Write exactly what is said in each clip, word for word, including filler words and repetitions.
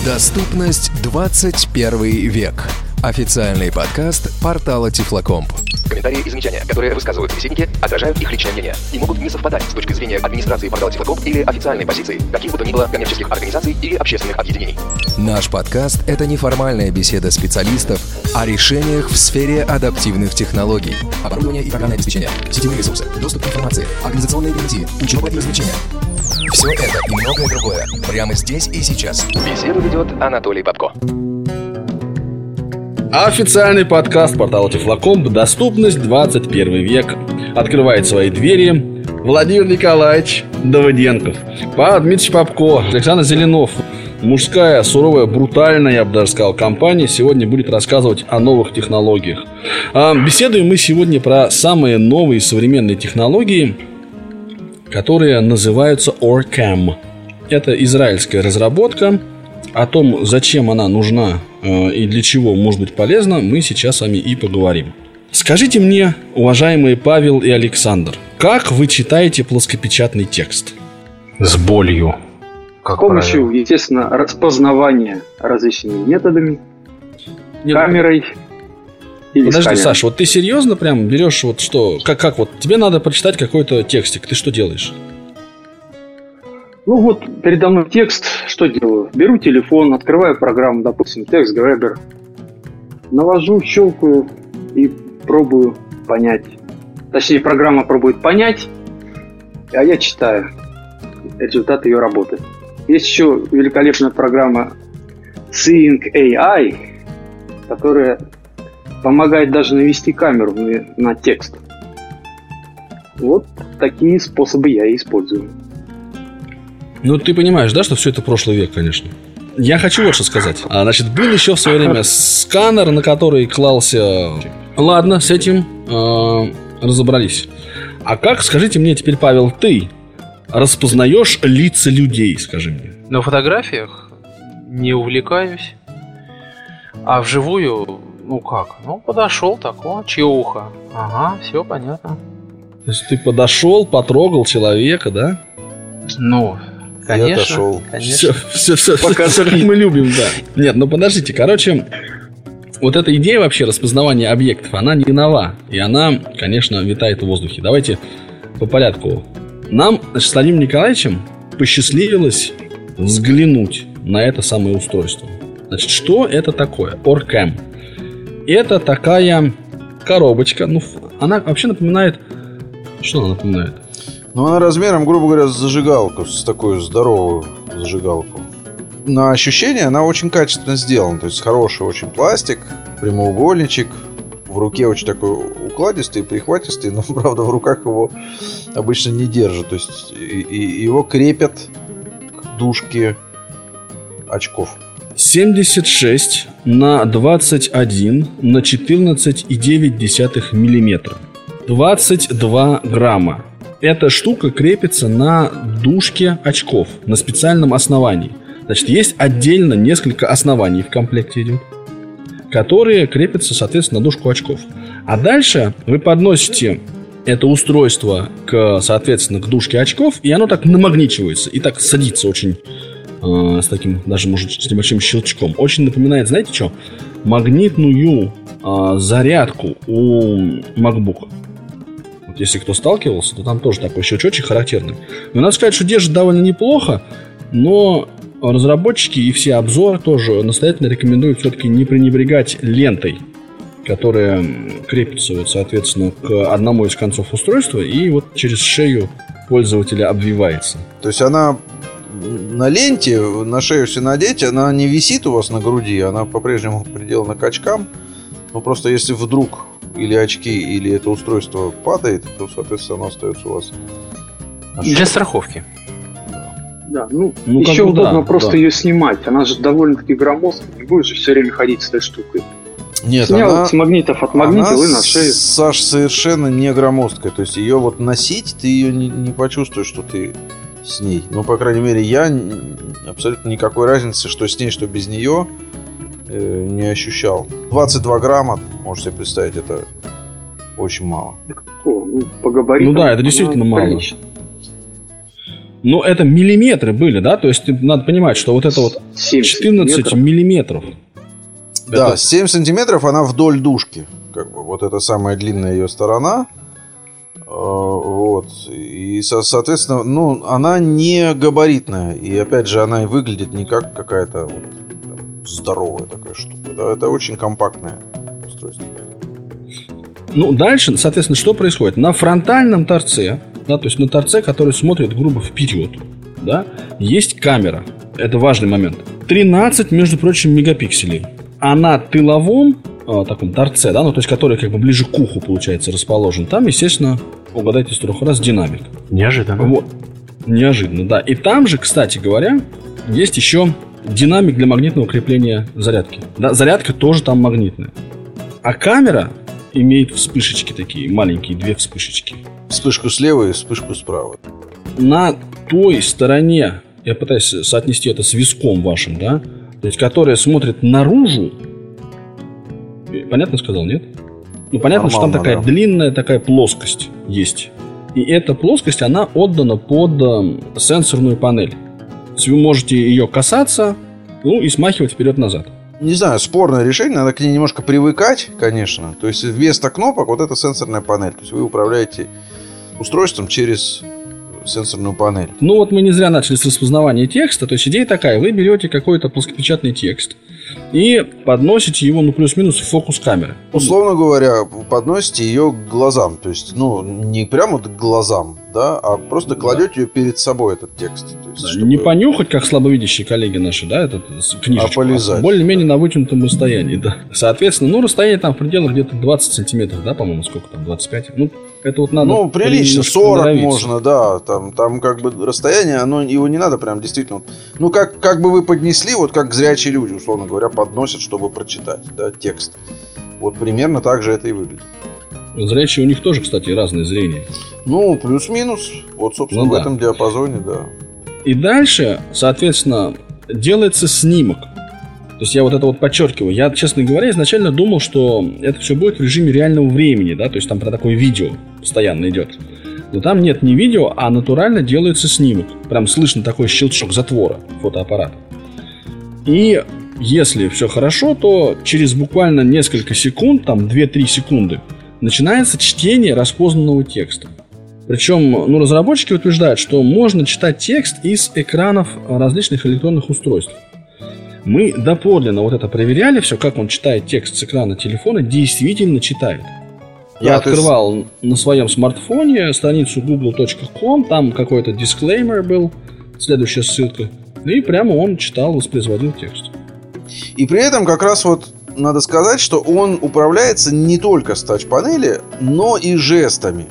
Доступность двадцать первый век. Официальный подкаст портала Тифлокомп. Комментарии и замечания, которые высказывают собеседники, отражают их личное мнение и могут не совпадать с точки зрения администрации портала Тифлокомп или официальной позиции каких бы то ни было коммерческих организаций или общественных объединений. Наш подкаст – это неформальная беседа специалистов о решениях в сфере адаптивных технологий. Оборудование и программное обеспечение, сетевые ресурсы, доступ к информации, организационные гарантии, учеба и развлечения. Все это и многое другое прямо здесь и сейчас. Беседу ведет Анатолий Бабко. Официальный подкаст портала Тифлокомп «Доступность двадцать первый век» открывает свои двери Владимир Николаевич Давыденков, Павел Дмитриевич Бабко, Александр Зеленов. Мужская, суровая, брутальная, я бы даже сказал, компания сегодня будет рассказывать о новых технологиях. Беседуем мы сегодня про самые новые современные технологии, которые называются Orcam. Это израильская разработка. О том, зачем она нужна э, и для чего может быть полезна, мы сейчас с вами и поговорим. Скажите мне, уважаемые Павел и Александр, как вы читаете плоскопечатный текст? С болью. С помощью, естественно, распознавания различными методами, Нет, камерой или Подожди, сканером. Саша, вот ты серьезно прям берешь вот что? Как, как вот? Тебе надо прочитать какой-то текстик, ты что делаешь? Ну вот, передо мной текст, что делаю? Беру телефон, открываю программу, допустим, TextGrabber, навожу, щелкаю и пробую понять. Точнее, программа пробует понять, а я читаю результат ее работы. Есть еще великолепная программа Seeing эй ай, которая помогает даже навести камеру на, на текст. Вот такие способы я и использую. Ну, ты понимаешь, да, что все это прошлый век, конечно. Я хочу вот что сказать. А, значит, был еще в свое время сканер, на который клался... Ладно, с этим э, разобрались. А как, скажите мне теперь, Павел, ты распознаешь лица людей, скажи мне? На фотографиях не увлекаюсь. А вживую, ну как? Ну, подошел такой, чье ухо. Ага, все понятно. То есть ты подошел, потрогал человека, да? Ну... Конечно, я отошел. Конечно. Все, все, все, все, как мы любим, да. Нет, ну подождите, короче, вот эта идея вообще распознавания объектов, она не нова. И она, конечно, витает в воздухе. Давайте по порядку. Нам, значит, с Владимиром Николаевичем посчастливилось взглянуть на это самое устройство. Значит, что это такое? Orcam. Это такая коробочка. Ну, она вообще напоминает... Что она напоминает? Ну, она размером, грубо говоря, с зажигалку, с такой здоровую зажигалку. На ощущение она очень качественно сделана. То есть хороший очень пластик, прямоугольничек. В руке очень такой укладистый, прихватистый, но, правда, в руках его обычно не держат. То есть и, и его крепят к дужке очков. семьдесят шесть на двадцать один на четырнадцать и девять десятых миллиметра. двадцать два грамма. Эта штука крепится на дужке очков на специальном основании. Значит, есть отдельно несколько оснований в комплекте идет, которые крепятся, соответственно, на дужку очков. А дальше вы подносите это устройство к, соответственно, к дужке очков, и оно так намагничивается и так садится очень э, с таким, даже может с небольшим щелчком. Очень напоминает, знаете что? Магнитную э, зарядку у MacBook. Если кто сталкивался, то там тоже такой щелчочек характерный. Но надо сказать, что держит довольно неплохо, но разработчики и все обзоры тоже настоятельно рекомендуют все-таки не пренебрегать лентой, которая крепится, вот, соответственно, к одному из концов устройства и вот через шею пользователя обвивается. То есть она на ленте, на шею все надеть, она не висит у вас на груди, она по-прежнему приделана к очкам. Но просто если вдруг или очки, или это устройство падает, то, соответственно, оно остается у вас. Для страховки. Да, ну, ну еще бы, удобно да, просто да. ее снимать. Она же довольно-таки громоздкая. Не будешь же все время ходить с этой штукой. Нет, Снял она, с магнитов, отмагнитил и на шею. Саш, совершенно не громоздкая. То есть ее вот носить, ты ее не, не почувствуешь, что ты с ней. Ну, по крайней мере, я абсолютно никакой разницы, что с ней, что без нее, э, не ощущал. двадцать два грамма, можете себе представить, это очень мало. О, ну, по габаритам. Ну да, это действительно мало. Прилично. Но это миллиметры были, да? То есть надо понимать, что вот это вот четырнадцать миллиметров. Да, это... семь сантиметров она вдоль дужки. Как бы вот это самая длинная ее сторона. Вот. И, соответственно, ну, она не габаритная. И опять же, она и выглядит не как какая-то вот, там, здоровая такая штука. Да? Это очень компактное устройство. Ну, дальше, соответственно, что происходит? На фронтальном торце, да, то есть на торце, который смотрит грубо вперед, да, есть камера. Это важный момент. тринадцать, между прочим, мегапикселей. А на тыловом а, таком торце, да, ну, то есть который как бы ближе к уху, получается, расположен, там, естественно, угадайте с трех раз, динамик. Неожиданно. Вот. Неожиданно, да. И там же, кстати говоря, есть еще динамик для магнитного крепления зарядки. Да, зарядка тоже там магнитная. А камера имеет вспышечки такие, маленькие, две вспышечки. Вспышку слева и вспышку справа. На той стороне, я пытаюсь соотнести это с виском вашим, да, то есть которая смотрит наружу. Понятно сказал, нет? Ну, понятно, нормально, что там такая, да, длинная такая плоскость есть. И эта плоскость, она отдана под э, сенсорную панель. То есть вы можете ее касаться, ну, и смахивать вперед-назад. Не знаю, спорное решение, надо к ней немножко привыкать, конечно. То есть вместо кнопок вот эта сенсорная панель. То есть вы управляете устройством через сенсорную панель. Ну вот мы не зря начали с распознавания текста. То есть идея такая: вы берете какой-то плоскопечатный текст и подносите его, ну, плюс-минус в фокус камеры. Условно говоря, подносите ее к глазам. То есть, ну, не прямо вот к глазам, да, а просто кладете, да, ее перед собой, этот текст. То есть, да, чтобы... Не понюхать, как слабовидящие коллеги наши, да, эту книжечку, а полизать. А более-менее на вытянутом расстоянии, да. Соответственно, ну, расстояние там в пределах где-то двадцать сантиметров, да, по-моему, сколько там, двадцать пять. Ну, это вот надо... Ну, прилично, сорок можно, да. Там, там как бы расстояние, оно, его не надо прям действительно... Ну, как, как бы вы поднесли, вот как зрячие люди, условно говоря, подносят, чтобы прочитать, да, текст. Вот примерно так же это и выглядит. Зрячие у них тоже, кстати, разное зрение. Ну, плюс-минус. Вот, собственно, ну, в да. этом диапазоне, да. И дальше, соответственно, делается снимок. То есть я вот это вот подчеркиваю. Я, честно говоря, изначально думал, что это все будет в режиме реального времени, да, то есть там про такое видео постоянно идет. Но там нет не видео, а натурально делается снимок. Прям слышно такой щелчок затвора фотоаппарата. И если все хорошо, то через буквально несколько секунд, там две-три секунды, начинается чтение распознанного текста. Причем, ну, разработчики утверждают, что можно читать текст из экранов различных электронных устройств. Мы доподлинно вот это проверяли, все, как он читает текст с экрана телефона, действительно читает. Я да, открывал есть... на своем смартфоне страницу гугл точка ком, там какой-то дисклеймер был, следующая ссылка, и прямо он читал, воспроизводил текст. И при этом как раз вот надо сказать, что он управляется не только с тач-панели, но и жестами.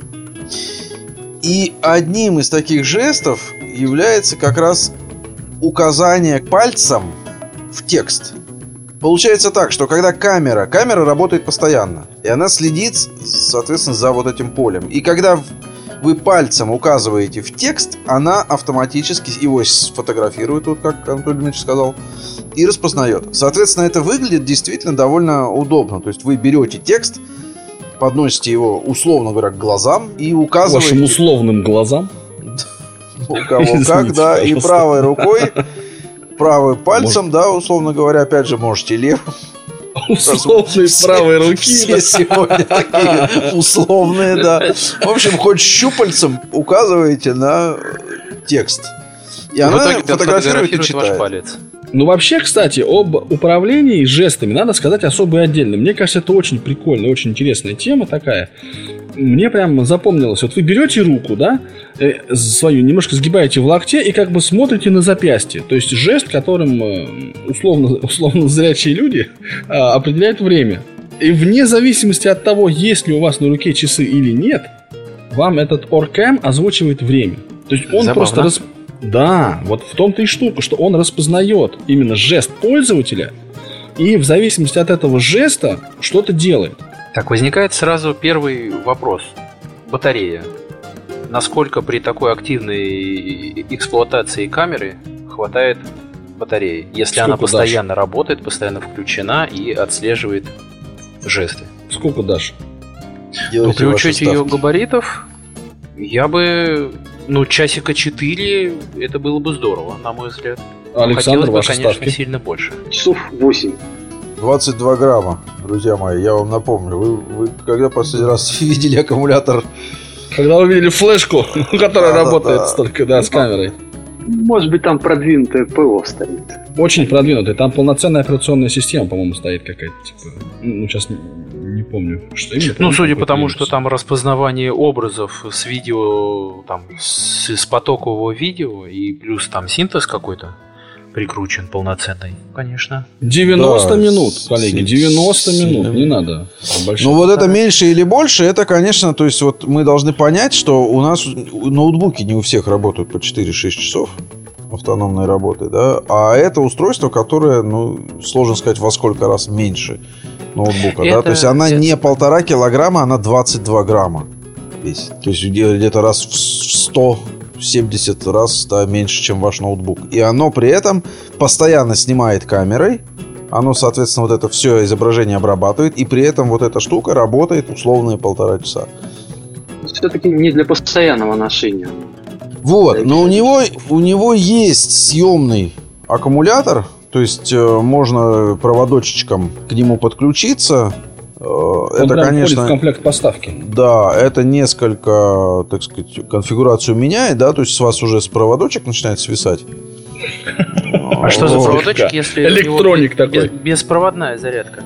И одним из таких жестов является как раз указание пальцем в текст. Получается так, что когда камера, камера работает постоянно, и она следит, соответственно, за вот этим полем. И когда вы пальцем указываете в текст, она автоматически его сфотографирует, вот как Анатолий Дмитриевич сказал, и распознает. Соответственно, это выглядит действительно довольно удобно. То есть вы берете текст, подносите его, условно говоря, к глазам и указываете... Вашим условным глазам? У кого как, да, и правой рукой, правым пальцем, да, условно говоря, опять же, можете левым. Условные правой руки. Все сегодня такие условные, да. В общем, хоть щупальцем указываете на текст. И она фотографирует и читает. Ваш палец. Ну, вообще, кстати, об управлении жестами надо сказать особо и отдельно. Мне кажется, это очень прикольная, очень интересная тема такая. Мне прям запомнилось. Вот вы берете руку, да, э, свою, немножко сгибаете в локте и как бы смотрите на запястье. То есть жест, которым э, условно, условно зрячие люди э, определяют время. И вне зависимости от того, есть ли у вас на руке часы или нет, вам этот Orcam озвучивает время. То есть он Забавно. просто... Расп... Да, вот в том-то и штука, что он распознает именно жест пользователя и в зависимости от этого жеста что-то делает. Так, возникает сразу первый вопрос. Батарея. Насколько при такой активной эксплуатации камеры хватает батареи, если Сколько она постоянно дашь? работает, постоянно включена и отслеживает жесты? Сколько дашь? Ну, при учете ее габаритов, я бы Ну, часика четыре, это было бы здорово, на мой взгляд. Александр, Хотелось бы, ваши конечно, ставки? сильно больше. Часов восемь. двадцать два грамма, друзья мои, я вам напомню. Вы, вы когда последний раз видели аккумулятор? Когда вы видели флешку, которая Да, да, работает да. столько, да, с камерой. Может быть, там продвинутое ПО стоит. Очень продвинутый. Там полноценная операционная система, по-моему, стоит какая-то. Типа, ну, сейчас не, не помню, что именно. Ну, судя по Какой-то тому, вирус. что там распознавание образов с видео, там, с, с потокового видео, и плюс там синтез какой-то прикручен полноценный, конечно. девяносто Да, минут, коллеги, си- девяносто сильно. минут, не надо. Больших. Ну вот это меньше или больше, это, конечно, то есть вот мы должны понять, что у нас ноутбуки не у всех работают по четыре-шесть часов автономной работы, да, а это устройство, которое, ну, сложно сказать, во сколько раз меньше ноутбука, да, Это- то есть она это- не полтора килограмма, она двадцать два грамма весит, то есть где- где-то раз в сто семьдесят раз, да, меньше, чем ваш ноутбук, и оно при этом постоянно снимает камерой. Оно, соответственно, вот это все изображение обрабатывает, и при этом вот эта штука работает условные полтора часа. Все-таки не для постоянного ношения. Вот, но у него, у него есть съемный аккумулятор, то есть э, можно проводочком к нему подключиться. Э, Он это, прям входит конечно, в комплект поставки. да, это несколько, так сказать, конфигурацию меняет, да, то есть с вас уже с проводочек начинает свисать. А что за Вот. проводочек, если у него Электроник без- такой. без- беспроводная зарядка?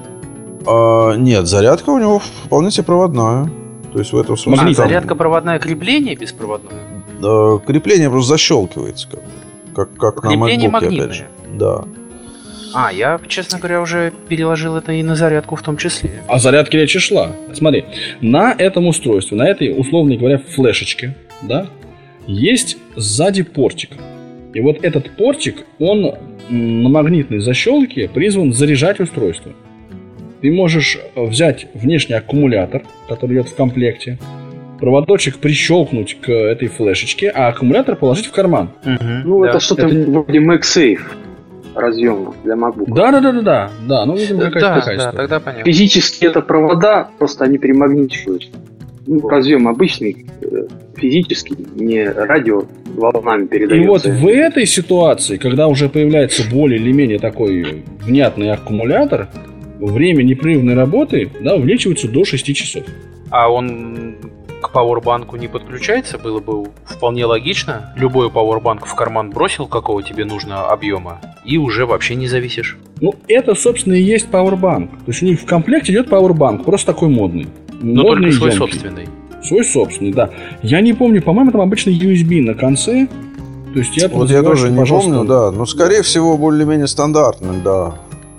А, нет, зарядка у него вполне себе проводная. То есть в этом смысле Магнит. А, там, зарядка проводная, крепление беспроводное? э, крепление просто защелкивается, как, как, как на Крепление MacBook, опять магнитное. же. Да. А, я, честно говоря, уже переложил это и на зарядку в том числе. О зарядке речь и шла. Смотри, на этом устройстве, на этой, условно говоря, флешечке, да, есть сзади портик. И вот этот портик, он м, на магнитной защелке призван заряжать устройство. Ты можешь взять внешний аккумулятор, который идет в комплекте, проводочек прищелкнуть к этой флешечке, а аккумулятор положить в карман. Ну, Да. это что-то Это- вроде MagSafe разъема для MacBook. Да, да, да, да, да, да, ну, видимо, какая-то Да, такая да, история. тогда понятно. Физически это провода, просто они перемагничивают. Ну, разъем обычный, э, физический, не радио волнами И передается. вот в этой ситуации, когда уже появляется более или менее такой внятный аккумулятор, время непрерывной работы, да, увеличивается до шести часов. А он к пауэрбанку не подключается? Было бы вполне логично. Любой пауэрбанк в карман бросил, какого тебе нужно объема, и уже вообще не зависишь. Ну, это, собственно, и есть пауэрбанк. То есть у них в комплекте идет пауэрбанк, просто такой модный. Но Модный только свой и ёмкий. собственный. Свой собственный, да. Я не помню, по-моему, там обычно ю эс би на конце. То есть я Вот я подозреваю, тоже что, не пожалуйста, помню, да. Но скорее всего более-менее стандартный, да.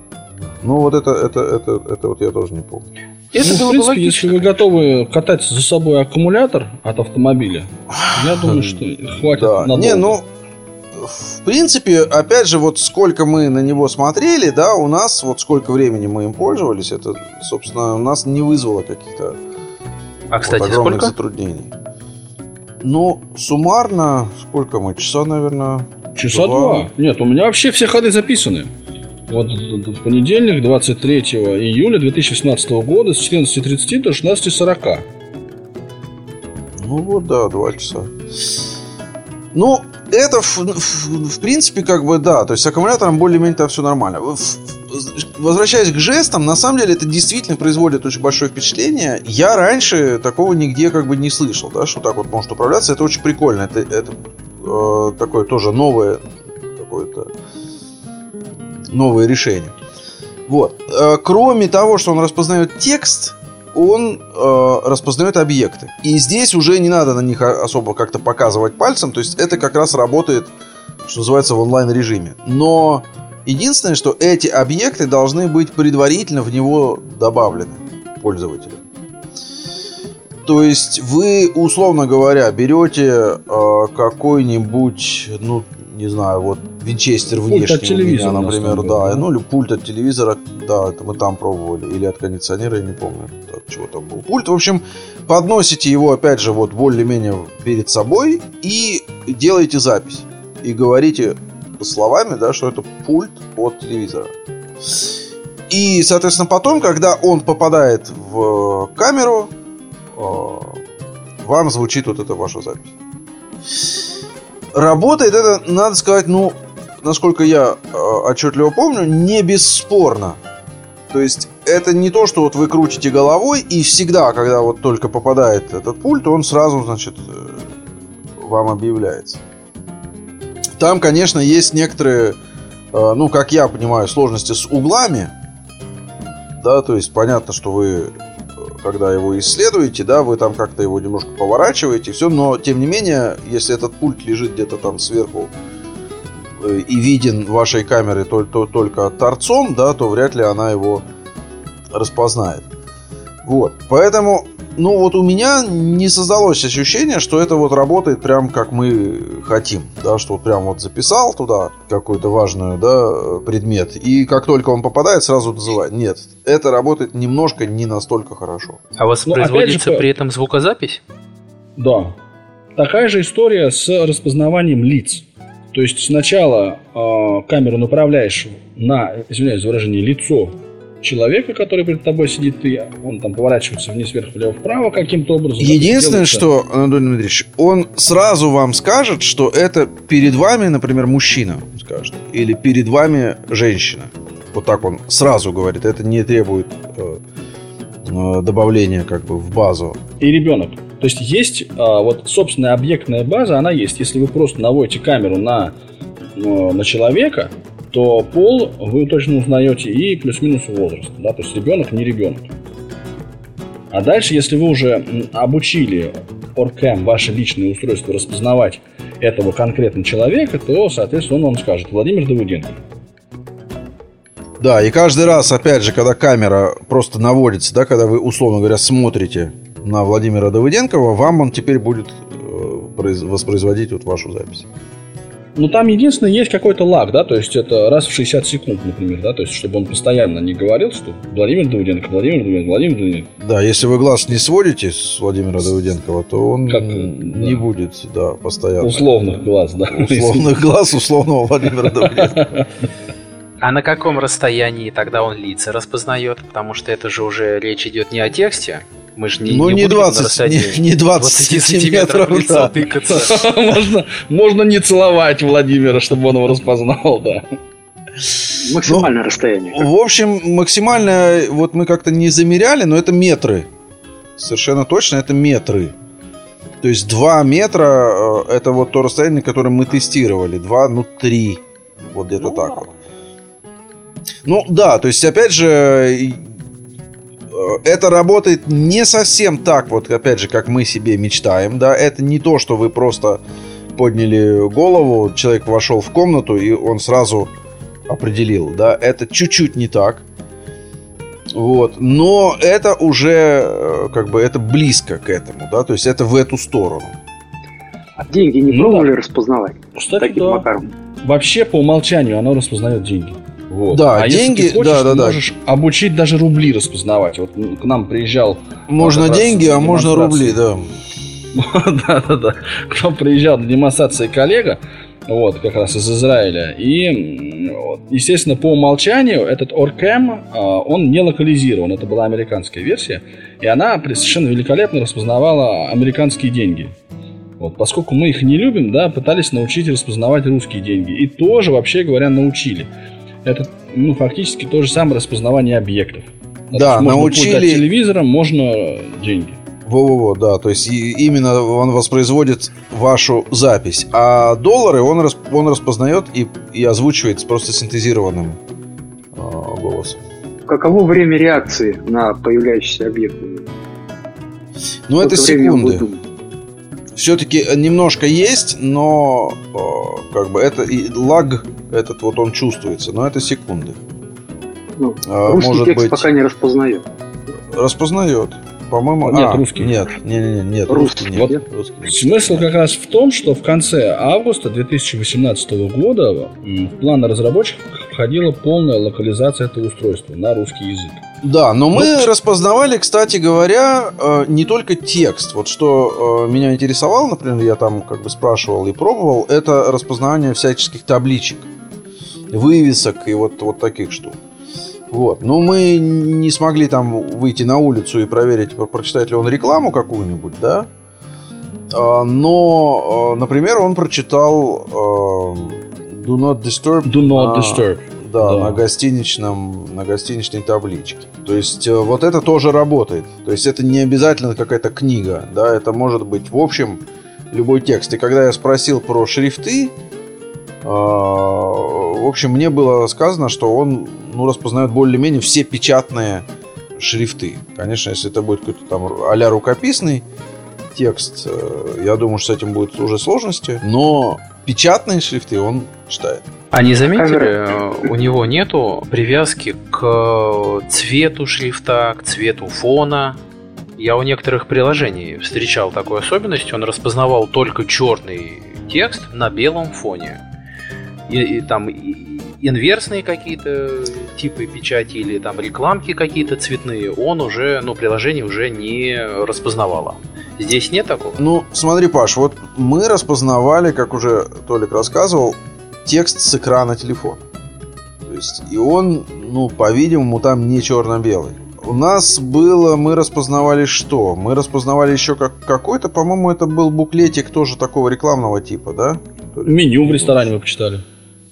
Ну вот это, это, это, это вот я тоже не помню. Это Ну, в было бы принципе, логично. если вы готовы катать за собой аккумулятор от автомобиля, я думаю, что хватит Да. надолго. Не, ну, в принципе, опять же, вот сколько мы на него смотрели, да, у нас, вот сколько времени мы им пользовались, это, собственно, у нас не вызвало каких-то А, кстати, вот огромных сколько? затруднений. Ну, суммарно, сколько мы? Часа, наверное, Часа два. Нет, у меня вообще все ходы записаны. Вот в понедельник, двадцать третьего июля две тысячи шестнадцатого года с четырнадцати тридцати до шестнадцати сорока. Ну вот, да, два часа. Ну, это, в, в- в принципе, как бы, да. То есть с аккумулятором более-менее там все нормально. В- в- Возвращаясь к жестам, на самом деле это действительно производит очень большое впечатление. Я раньше такого нигде как бы не слышал, да, что так вот может управляться. Это очень прикольно. Это, это э, такое тоже новое какое-то новое решение. Вот. Э, Кроме того, что он распознает текст, он э, распознает объекты. И здесь уже не надо на них о- особо как-то показывать пальцем. То есть это как раз работает, что называется, в онлайн-режиме. Но единственное, что эти объекты должны быть предварительно в него добавлены пользователем. То есть вы, условно говоря, берете э, какой-нибудь, ну, не знаю, вот винчестер Пульт от внешний у меня, телевизора у нас например, там был, да, да? ну или пульт от телевизора, да, это мы там пробовали, или от кондиционера, я не помню, от чего там был пульт. В общем, подносите его, опять же, вот более-менее перед собой и делаете запись. И говорите словами, да, что это пульт от телевизора. И, соответственно, потом, когда он попадает в камеру, э, вам звучит вот эта ваша запись. Работает это, надо сказать, ну, насколько я э, отчетливо помню, не бесспорно. То есть это не то, что вот вы крутите головой, и всегда, когда вот только попадает этот пульт, он сразу, значит, э, вам объявляется. Там, конечно, есть некоторые, э, ну, как я понимаю, сложности с углами. Да, то есть понятно, что вы, когда его исследуете, да, вы там как-то его немножко поворачиваете, все, но тем не менее, если этот пульт лежит где-то там сверху и виден вашей камерой только, только торцом, да, то вряд ли она его распознает. Вот, поэтому, ну вот у меня не создалось ощущение, что это вот работает прям как мы хотим, да, что вот прям вот записал туда какой-то важный, да, предмет, и как только он попадает, сразу называет. Нет, это работает немножко не настолько хорошо. А воспроизводится ну, при этом звукозапись? Да. Такая же история с распознаванием лиц. То есть сначала э, камеру направляешь на, извиняюсь за выражение, лицо человека, который перед тобой сидит, и он там поворачивается вниз, вверх, влево, вправо каким-то образом. Единственное, что, Анатолий Дмитриевич, он сразу вам скажет, что это перед вами, например, мужчина, скажет, или перед вами женщина. Вот так он сразу говорит. Это не требует э, э, добавления как бы в базу. И ребенок. То есть есть а, вот собственная объектная база, она есть. Если вы просто наводите камеру на, на человека, то пол вы точно узнаете и плюс-минус возраст. Да? То есть ребенок не ребенок. А дальше, если вы уже обучили Оркэм, ваше личное устройство, распознавать этого конкретно человека, то, соответственно, он вам скажет: Владимир Давыденко. Да, и каждый раз, опять же, когда камера просто наводится, да, когда вы, условно говоря, смотрите на Владимира Давыденкова, вам он теперь будет э, воспроизводить вот вашу запись. Ну, там единственное, есть какой-то лаг, да, то есть это раз в шестьдесят секунд, например, да, то есть чтобы он постоянно не говорил, что Владимир Давыденко, Владимир Давыденко, Владимир Давыденко. Да, если вы глаз не сводите с Владимира Давыденкова, то он как, не да. будет, да, постоянно. Условных глаз, да. Условных глаз условного Владимира Давыденкова. А на каком расстоянии тогда он лица распознает? Потому что это же уже речь идет не о тексте. Мы же не, ну, не, не двадцать, не, не двадцать сантиметров, лица да. тыкаться. можно, можно не целовать Владимира, чтобы он его распознал, да. Максимальное ну, расстояние. В общем, максимальное, вот мы как-то не замеряли, но это метры. Совершенно точно, это метры. То есть два метра, это вот то расстояние, которое мы тестировали. Два, ну три. Вот где-то ну, так вот. Ну да, то есть опять же, это работает не совсем так вот, опять же, как мы себе мечтаем, да. Это не то, что вы просто подняли голову, человек вошел в комнату и он сразу определил, да. Это чуть-чуть не так. Вот, но это уже как бы это близко к этому, да, то есть это в эту сторону. А деньги не ну, пробовали да. распознавать? Кстати, таким да. макаром? Вообще по умолчанию оно распознает деньги. Вот. Да, а деньги, если ты хочешь, да, да, ты да. можешь обучить даже рубли распознавать. Вот к нам приезжал. Можно деньги, а можно рубли, да. Да, да, да. К нам приезжал на демонстрации коллега, вот, как раз из Израиля. И, вот, естественно, по умолчанию этот Оркэм, он не локализирован. Это была американская версия. И она совершенно великолепно распознавала американские деньги. Вот, поскольку мы их не любим, да, пытались научить распознавать русские деньги. И тоже, вообще говоря, научили. Это, ну, фактически то же самое распознавание объектов. Да, можно научили... телевизором, можно деньги. Во-во-во, да, то есть именно он воспроизводит вашу запись. А доллары он, расп... он распознает и, и озвучивает просто синтезированным э, голосом. Каково время реакции на появляющиеся объекты? Ну, это секунды. Все-таки немножко есть, но э, как бы это и лаг этот вот он чувствуется, но это секунды. Ну, а, русский может текст быть... пока не распознает. Распознает. По-моему, нет, а, русский. Нет, нет, нет, нет, русский, русский нет. нет. нет? Русский нет. Смысл как раз в том, что в конце августа две тысячи восемнадцатого года в планы разработчиков входила полная локализация этого устройства на русский язык. Да, но мы вот. распознавали, кстати говоря, не только текст. Вот что меня интересовало, например, я там как бы спрашивал и пробовал, это распознавание всяческих табличек, вывесок и вот, вот таких штук. Вот. Но мы не смогли там выйти на улицу и проверить, прочитает ли он рекламу какую-нибудь, да? Но, например, он прочитал Do Not Disturb, Do not на, disturb. Да, Да. на гостиничном, на гостиничной табличке. То есть вот это тоже работает. То есть это не обязательно какая-то книга, да, это может быть в общем любой текст. И когда я спросил про шрифты, в общем, мне было сказано, что он, ну, распознает более-менее все печатные шрифты. Конечно, если это будет какой-то там а-ля рукописный текст, я думаю, что с этим будут уже сложности. Но печатные шрифты он читает. А не заметили, у него нету привязки к цвету шрифта, к цвету фона? Я у некоторых приложений встречал такую особенность. Он распознавал только черный текст на белом фоне. И, и там и, инверсные какие-то типы печати или там рекламки какие-то цветные, он уже, ну, приложение уже не распознавало. Здесь нет такого? Ну, смотри, Паш, вот мы распознавали, как уже Толик рассказывал, текст с экрана телефона. То есть, и он, ну, по-видимому, там не черно-белый. У нас было, мы распознавали что? Мы распознавали еще как, какой-то, по-моему, это был буклетик тоже такого рекламного типа, да? Меню в ресторане вы почитали.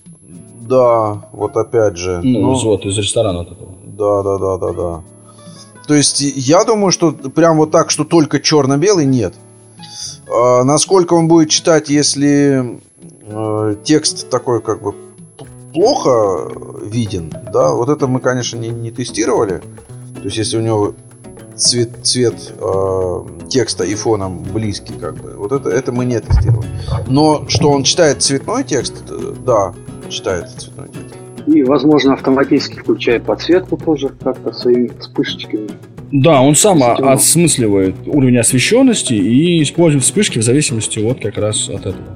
Да, вот опять же. Ну, ну, вот из ресторана такого. Да, да, да, да, да. То есть я думаю, что прям вот так, что только черно-белый, нет. А насколько он будет читать, если э, текст такой как бы плохо виден, да, вот это мы, конечно, не, не тестировали. То есть если у него цвет, цвет э, текста и фона близкий, как бы, вот это, это мы не тестировали. Но что он читает цветной текст, да, читает цветной текст. И, возможно, автоматически включает подсветку тоже как-то своими вспышечками. Да, он сам осмысливает уровень освещенности и использует вспышки в зависимости вот как раз от этого.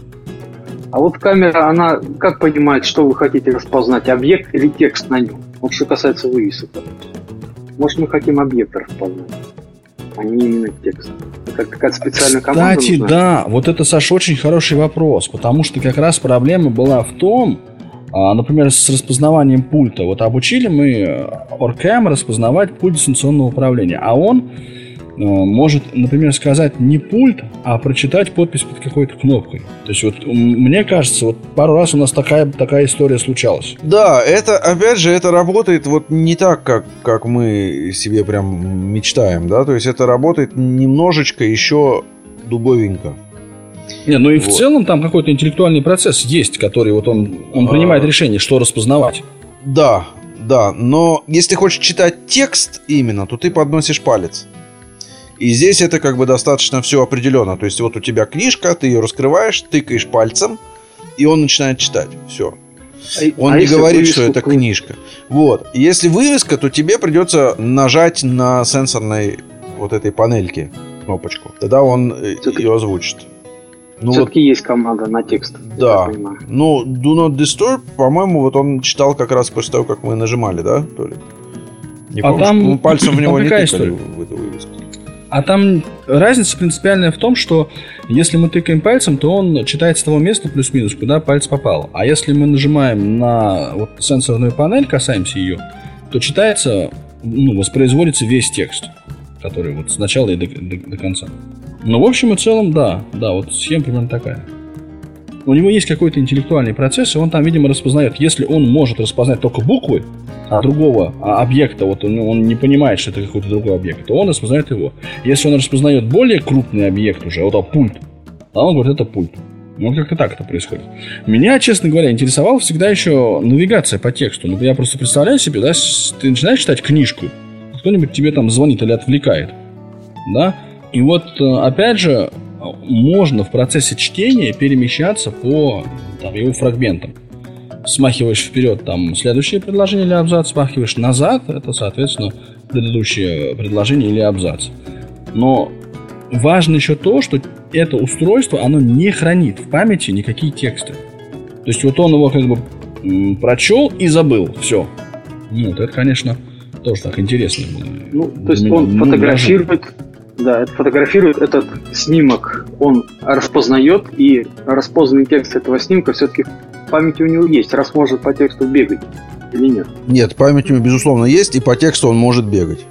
А вот камера, она как понимает, что вы хотите распознать, объект или текст на нем? Вот что касается вывесок. Может, мы хотим объект распознать, а не именно текст. Это какая-то специальная команда Кстати, нужна? да, вот это, Саша, очень хороший вопрос, потому что как раз проблема была в том, например, с распознаванием пульта. Вот обучили мы Orcam распознавать пульт дистанционного управления, а он может, например, сказать не пульт, а прочитать подпись под какой-то кнопкой. То есть вот мне кажется, вот пару раз у нас такая, такая история случалась. Да, это, опять же, это работает вот не так, как, как мы себе прям мечтаем, да, то есть это работает немножечко еще дубовенько. Не, ну и в вот. целом там какой-то интеллектуальный процесс есть, который вот он, он а... принимает решение, что распознавать. Да, да, но если хочешь читать текст именно, то ты подносишь палец. И здесь это как бы достаточно все определенно. То есть вот у тебя книжка, ты ее раскрываешь, тыкаешь пальцем, и он начинает читать. Все. Он а не говорит, что это книжка. Вот. Если вывеска, то тебе придется нажать на сенсорной вот этой панельке кнопочку. Тогда он все-таки ее озвучит. Ну, все-таки вот, есть команда на текст. Да. Ну, Do Not Disturb, по-моему, вот он читал как раз после того, как мы нажимали, да, то ли? Не а помню, там мы пальцем в него не тыкали история? В эту вывеску. А там разница принципиальная в том, что если мы тыкаем пальцем, то он читает с того места плюс-минус, куда палец попал. А если мы нажимаем на вот сенсорную панель, касаемся ее, то читается, ну, воспроизводится весь текст, который вот с начала и до, до, до конца. Ну, в общем и целом, да, да, вот схема примерно такая. У него есть какой-то интеллектуальный процесс, и он там, видимо, распознает. Если он может распознать только буквы, а другого а объекта, вот он, он не понимает, что это какой-то другой объект, то он распознает его. Если он распознает более крупный объект уже, вот а, пульт, а он говорит, это пульт. Ну, как-то так это происходит. Меня, честно говоря, интересовала всегда еще навигация по тексту. Ну, я просто представляю себе, да, ты начинаешь читать книжку, кто-нибудь тебе там звонит или отвлекает, да, и вот, опять же, можно в процессе чтения перемещаться по там, его фрагментам. Смахиваешь вперед там следующее предложение или абзац, смахиваешь назад, это, соответственно, предыдущее предложение или абзац. Но важно еще то, что это устройство, оно не хранит в памяти никакие тексты. То есть вот он его как бы м, прочел и забыл, все. Ну, вот это, конечно, тоже так интересно. Ну, то есть он ну, фотографирует... Да, это фотографирует этот снимок, он распознает, и распознанный текст этого снимка все-таки в памяти у него есть, раз может по тексту бегать или нет? Нет, память у него, безусловно, есть, и по тексту он может бегать.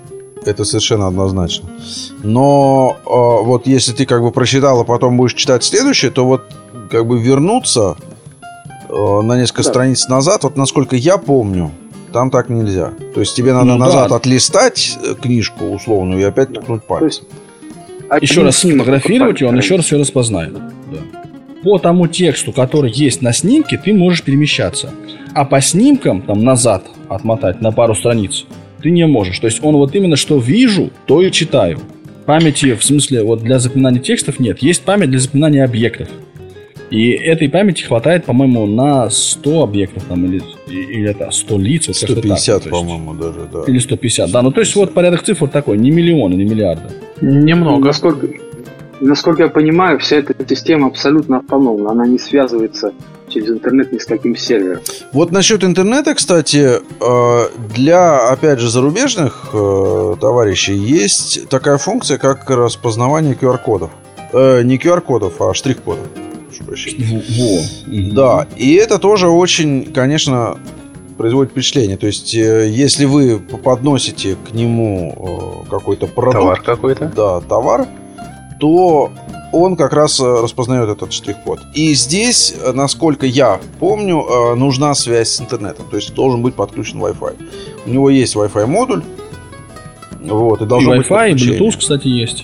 Это совершенно однозначно. Но э, вот если ты как бы прочитал, а потом будешь читать следующее, то вот как бы вернуться э, на несколько да. страниц назад, вот насколько я помню, там так нельзя. То есть тебе надо ну, назад да. отлистать книжку условную и опять ткнуть пальцем. Еще раз сфотографировать, и он еще раз все распознает. Да. По тому тексту, который есть на снимке, ты можешь перемещаться. А по снимкам, там, назад отмотать на пару страниц ты не можешь. То есть он вот именно что вижу, то и читаю. Памяти, в смысле, вот для запоминания текстов нет. Есть память для запоминания объектов. И этой памяти хватает, по-моему, на сто объектов там, или, или это сто лиц. Вот сто пятьдесят, так, по-моему, даже, да. Или сто пятьдесят, да. Ну, то есть вот порядок цифр такой, не миллионы, не миллиарды. Немного. Насколько, насколько я понимаю, вся эта система абсолютно автономна. Она не связывается через интернет ни с каким сервером. Вот насчет интернета, кстати, для, опять же, зарубежных товарищей есть такая функция, как распознавание ку ар-кодов. Не ку ар-кодов, а штрих-кодов. Во. Да, и это тоже очень, конечно, производит впечатление. То есть, если вы подносите к нему какой-то продукт, товар какой-то, да, товар, то он как раз распознает этот штрих-код. И здесь, насколько я помню, нужна связь с интернетом. То есть должен быть подключен Wi-Fi. У него есть Wi-Fi модуль. Вот, и должно и быть Wi-Fi, и Bluetooth, кстати, есть.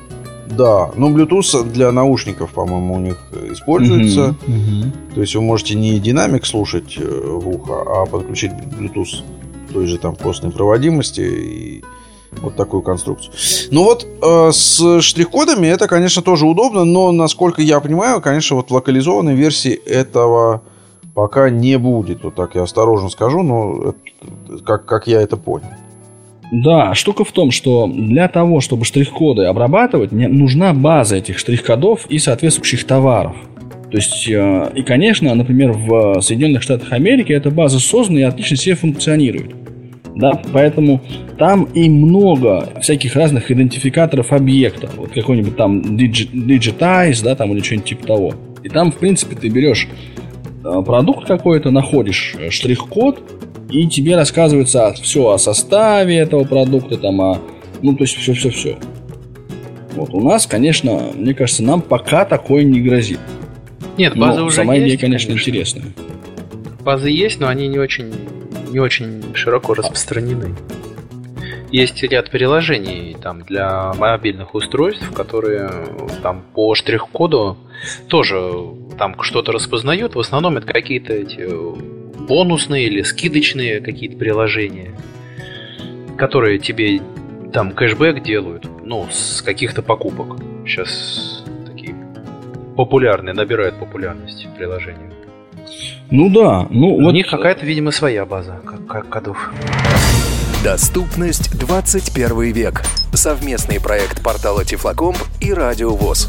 Да, но Bluetooth для наушников, по-моему, у них используется. Uh-huh, uh-huh. То есть вы можете не динамик слушать в ухо, а подключить Bluetooth той же там костной проводимости и вот такую конструкцию. Ну вот э, с штрих-кодами это, конечно, тоже удобно, но, насколько я понимаю, конечно, вот в локализованной версии этого пока не будет. Вот так я осторожно скажу, но это, как, как я это понял. Да, штука в том, что для того, чтобы штрих-коды обрабатывать, нужна база этих штрих-кодов и соответствующих товаров. То есть, э, и, конечно, например, в Соединенных Штатах Америки эта база создана и отлично себе функционирует. Да, поэтому там и много всяких разных идентификаторов объекта. Вот какой-нибудь там Digitize, да, там или что-нибудь типа того. И там, в принципе, ты берешь э, продукт какой-то, находишь штрих-код, и тебе рассказывается все о составе этого продукта, там, о, ну, то есть все-все-все. Вот у нас, конечно, мне кажется, нам пока такое не грозит. Нет, база но уже сама есть, идея, конечно, конечно, интересная. Базы есть, но они не очень, не очень широко распространены. Есть ряд приложений там, для мобильных устройств, которые там по штрих-коду тоже там что-то распознают. В основном это какие-то эти бонусные или скидочные какие-то приложения, которые тебе там кэшбэк делают, ну, с каких-то покупок. Сейчас такие популярные, набирают популярность приложения. Ну да, ну у вот... них какая-то, видимо, своя база, как, как кодов. Доступность двадцать первый век. Совместный проект портала Тифлокомп и Радио ВОС.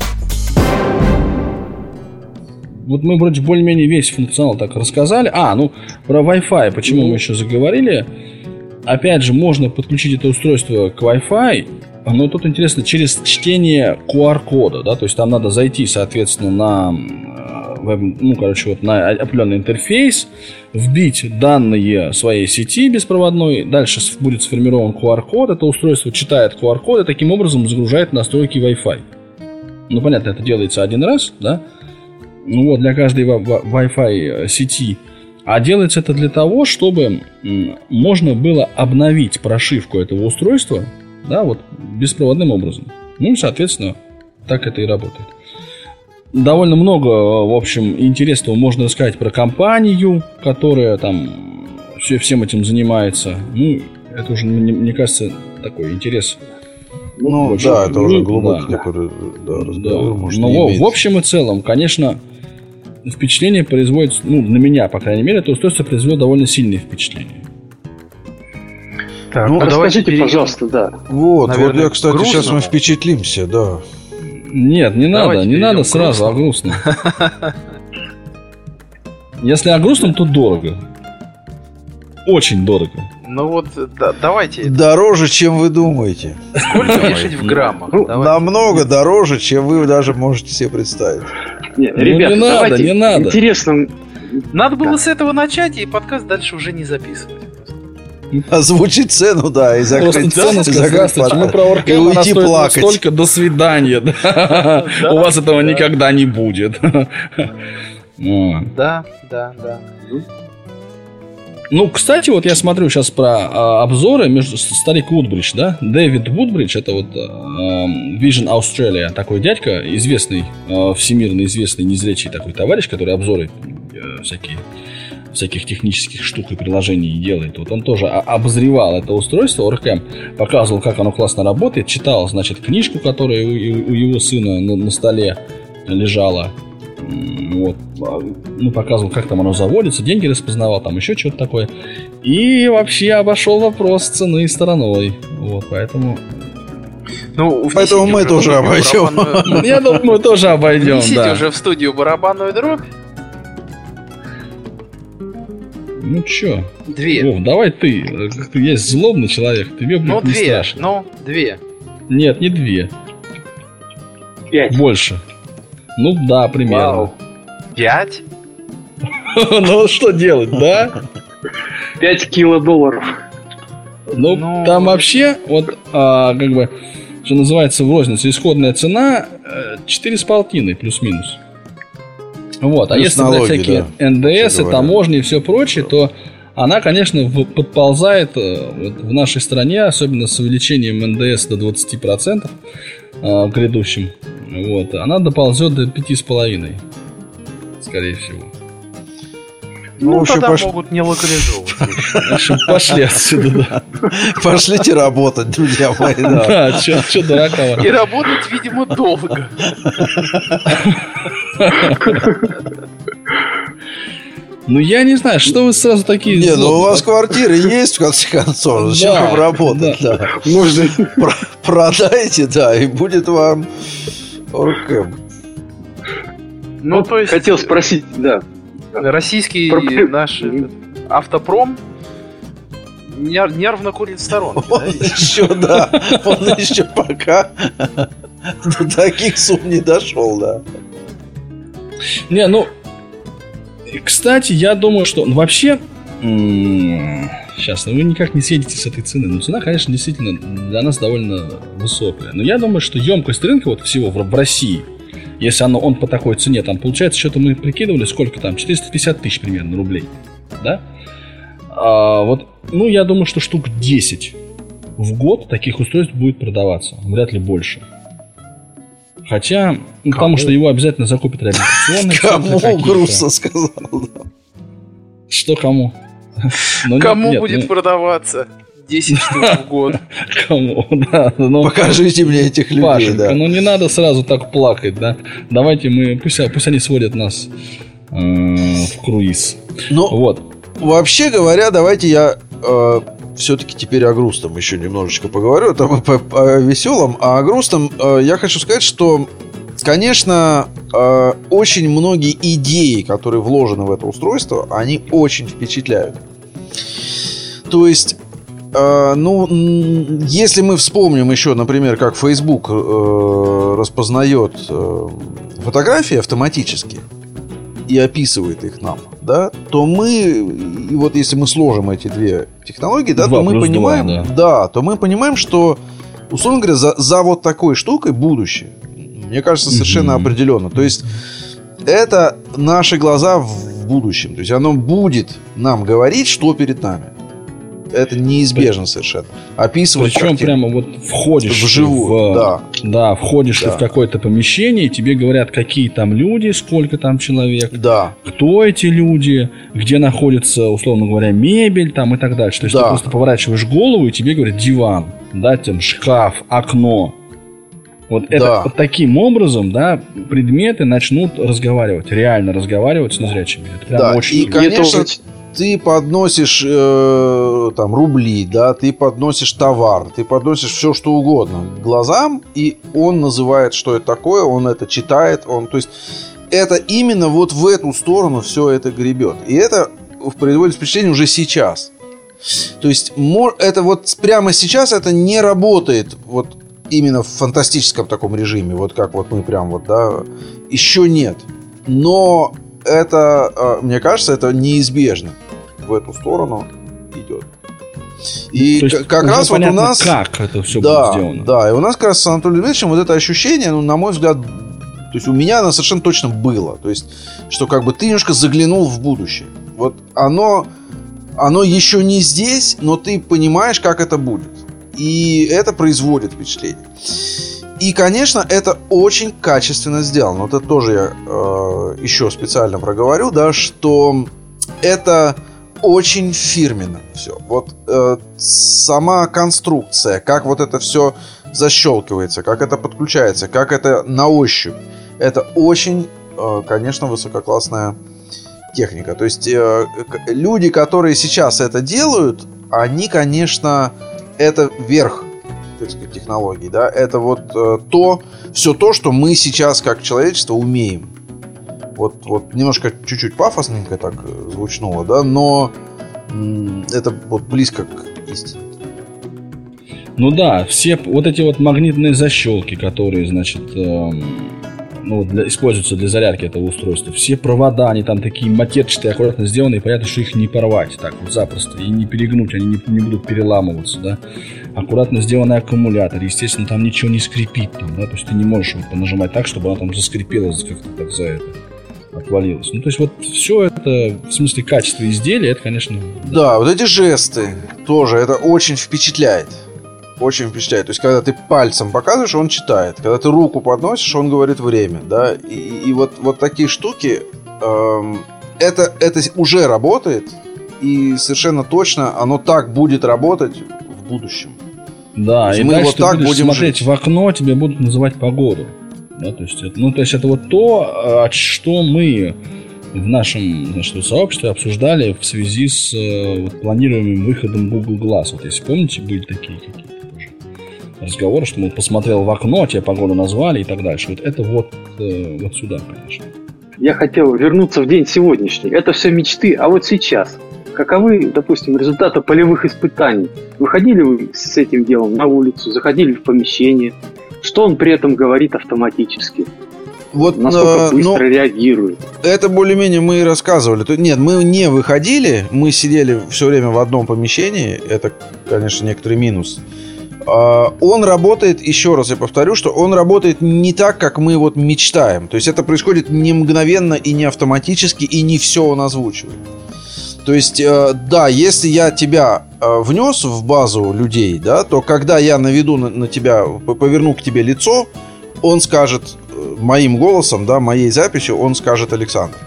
Вот мы вроде более-менее весь функционал так рассказали. А, ну, про Wi-Fi, почему mm-hmm. мы еще заговорили. Опять же, можно подключить это устройство к Wi-Fi, но тут интересно, через чтение ку ар-кода, да, то есть там надо зайти, соответственно, на, веб, ну, короче, вот на определенный интерфейс, вбить данные своей сети беспроводной, дальше будет сформирован ку ар-код, это устройство читает ку ар-код и таким образом загружает настройки Wi-Fi. Ну, понятно, это делается один раз, да, ну вот, для каждой Wi-Fi сети. А делается это для того, чтобы можно было обновить прошивку этого устройства, да, вот, беспроводным образом. Ну, и, соответственно, так это и работает. Довольно много, в общем, интересного можно рассказать про компанию, которая там все, всем этим занимается. Ну, это уже, мне, мне кажется, такой интерес. Ну, большой, да, это уже глубокий да. такой да, разговор. Да. Может, Но в общем и целом, конечно, впечатление производит, ну, на меня, по крайней мере, это устройство произвело довольно сильное впечатление. Так, ну, а расскажите, перейдем. Пожалуйста, да. Вот, Наверное, вот я, кстати, грустно, сейчас мы впечатлимся, да. Нет, не давайте надо, не надо сразу о грустном. Если о грустном, то дорого. Очень дорого. Ну вот, да, давайте. Дороже, чем вы думаете. Сколько вешать в граммах? Ну, намного дороже, чем вы даже можете себе представить. Нет, ну, ребята, не надо, не надо. Интересно. Надо было да. с этого начать, и подкаст дальше уже не записывать. Озвучить цену, да, и закрыть, цену, закрыть сказать, мы про Оркэм, и уйти плакать. Столько, до свидания. Да? Да, у вас этого да. никогда не будет. Да, да, да. Ну, кстати, вот я смотрю сейчас про а, обзоры между старик Вудбридж, да? Дэвид Вудбридж, это вот а, Vision Australia, такой дядька, известный, а, всемирно известный незрячий такой товарищ, который обзоры а, всякие всяких технических штук и приложений делает. Вот он тоже обозревал это устройство, Оркэм, показывал, как оно классно работает, читал, значит, книжку, которая у, у его сына на, на столе лежала. Вот. Ну, показывал, как там оно заводится, деньги распознавал, там еще что-то такое. И вообще обошел вопрос цены стороной. Вот, поэтому... Ну, поэтому мы тоже обойдем. Барабанную... Я думаю, мы тоже обойдем, внесите да. уже в студию барабанную дробь. Ну чё? Две. Вов, давай ты. Ты есть злобный человек. Тебе будет ну, не две. страшно. Ну, две. Нет, не две. Пять. Больше. Ну да, примерно. Вау. Пять? Ну что делать, да? Пять кило долларов. Ну, там вообще, вот, как бы, что называется в рознице, исходная цена четыре с полтиной плюс-минус. Вот, а если брать всякие эн дэ эс, таможни и все прочее, то она, конечно, подползает вот, в нашей стране, особенно с увеличением эн дэ эс до двадцати процентов э, грядущим. Вот, она доползет до пяти с половиной, скорее всего. Ну, ну тогда пош... могут не локализовывать. В общем, пошли отсюда, да. Пошлите работать, друзья мои. Да, что дурака. И работать, видимо, долго. Ну, я не знаю, что вы сразу такие... Не, ну у вас квартиры есть, в конце концов. Зачем вам работать? Да. Можно. Продайте, да, и будет вам Оркэм. Ну, то есть... Хотел спросить, да. Российский Про... наш этот, автопром нервно курит в сторонке. Он да, еще, да, он еще пока до таких сумм не дошел, да. Не, ну, кстати, я думаю, что вообще, сейчас, ну, вы никак не съедете с этой цены. Но цена, конечно, действительно для нас довольно высокая. Но я думаю, что емкость рынка вот всего в, в России, если оно, он по такой цене, там получается, что-то мы прикидывали, сколько там, четыреста пятьдесят тысяч примерно рублей, да? А, вот, ну, я думаю, что штук десять в год таких устройств будет продаваться, вряд ли больше. Хотя, ну, потому что его обязательно закупят реабилитационные центры. Кому грустно сказал, да. Что кому? Кому будет продаваться? десять штук в год. Кому? Да, ну, покажите мне этих людей, Пашенька, да. ну не надо сразу так плакать, да. Давайте мы, пусть, пусть они сводят нас э, в круиз. Ну, вот. Вообще говоря, давайте я э, все-таки теперь о грустном еще немножечко поговорю. Там по, по веселом, а о грустном э, я хочу сказать, что, конечно, э, очень многие идеи, которые вложены в это устройство, они очень впечатляют. То есть, э, ну, если мы вспомним еще, например, как Facebook э, распознает э, фотографии автоматически и описывает их нам, да, то мы, и вот если мы сложим эти две технологии, да, то мы понимаем, два, да. да, то мы понимаем, что, условно говоря, за, за вот такой штукой будущее, мне кажется, совершенно mm-hmm. определенно. То есть это наши глаза в будущем, то есть оно будет нам говорить, что перед нами. Это неизбежно совершенно. Описывать причем картину. Прямо вот входишь вживую, в, да. Да, входишь да. ты в какое-то помещение, и тебе говорят, какие там люди, сколько там человек, да. кто эти люди, где находится, условно говоря, мебель там и так дальше. То есть да. ты просто поворачиваешь голову, и тебе говорят диван, да, там шкаф, окно. Вот это да. вот таким образом, да, предметы начнут разговаривать, реально разговаривать с незрячими. Это прям да. очень... И, конечно, ты подносишь э, там рубли, да, ты подносишь товар, ты подносишь все, что угодно к глазам, и он называет, что это такое, он это читает, он, то есть это именно вот в эту сторону все это гребет. И это производит впечатление уже сейчас. То есть это вот прямо сейчас это не работает вот именно в фантастическом таком режиме, вот как вот мы прям вот, да, еще нет. Но это, мне кажется, это неизбежно в эту сторону идет. И То есть как раз вот у нас... как это все да, будет сделано. Да, и у нас как раз с Анатолием Дмитриевичем вот это ощущение, ну, на мой взгляд, то есть у меня оно совершенно точно было. То есть, что как бы ты немножко заглянул в будущее. Вот оно, оно еще не здесь, но ты понимаешь, как это будет. И это производит впечатление. И, конечно, это очень качественно сделано. Вот это тоже я э, еще специально проговорю, да, что это очень фирменно все. Вот э, сама конструкция, как вот это все защелкивается, как это подключается, как это на ощупь. Это очень, э, конечно, высококлассная техника. То есть э, люди, которые сейчас это делают, они, конечно, это верх, так сказать, технологий, да, это вот э, то, все то, что мы сейчас как человечество умеем. Вот, вот немножко чуть-чуть пафосненько так звучнуло, да, но м- это вот близко к истине. Ну да, все вот эти вот магнитные защелки, которые, значит, эм, ну, для, используются для зарядки этого устройства, все провода, они там такие матерчатые, аккуратно сделаны, и понятно, что их не порвать так вот запросто, и не перегнуть, они не, не будут переламываться, да. Аккуратно сделанный аккумулятор, естественно, там ничего не скрипит, там, да, то есть ты не можешь вот нажимать так, чтобы она там заскрипела как-то так за это. Отвалилось. Ну, то есть, вот все это, в смысле качества изделия, это, конечно... Да, да, вот эти жесты тоже, это очень впечатляет. Очень впечатляет. То есть, когда ты пальцем показываешь, он читает. Когда ты руку подносишь, он говорит время, да. И, и вот, вот такие штуки, эм, это, это уже работает. И совершенно точно оно так будет работать в будущем. Да, и мы дальше вот ты так будешь будем смотреть жить. в окно, тебе будут называть погоду. Да, то есть это, ну, то есть это вот то, от что мы в нашем, значит, сообществе обсуждали в связи с вот, планируемым выходом Google Glass. Вот если помните, были такие какие-то тоже разговоры, что мы посмотрел в окно, тебе погоду назвали и так дальше. Вот это вот, э, вот сюда, конечно. Я хотел вернуться в день сегодняшний. Это все мечты, а вот сейчас. Каковы, допустим, результаты полевых испытаний? Выходили вы с этим делом на улицу, заходили в помещение? Что он при этом говорит автоматически? Вот, насколько э, быстро ну, реагирует? Это более-менее мы и рассказывали. Нет, мы не выходили, мы сидели все время в одном помещении. Это, конечно, некоторый минус. Он работает, еще раз я повторю, что он работает не так, как мы вот мечтаем. То есть это происходит не мгновенно и не автоматически, и не все он озвучивает. То есть, да, если я тебя внес в базу людей, да, то когда я наведу на, на тебя, поверну к тебе лицо, он скажет моим голосом, да, моей записью, он скажет Александр.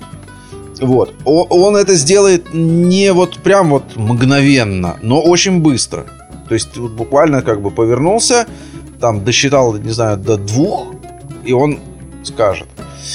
Вот. Он это сделает не вот прям вот мгновенно, но очень быстро. То есть вот буквально как бы повернулся, там досчитал, не знаю, до двух, и он скажет.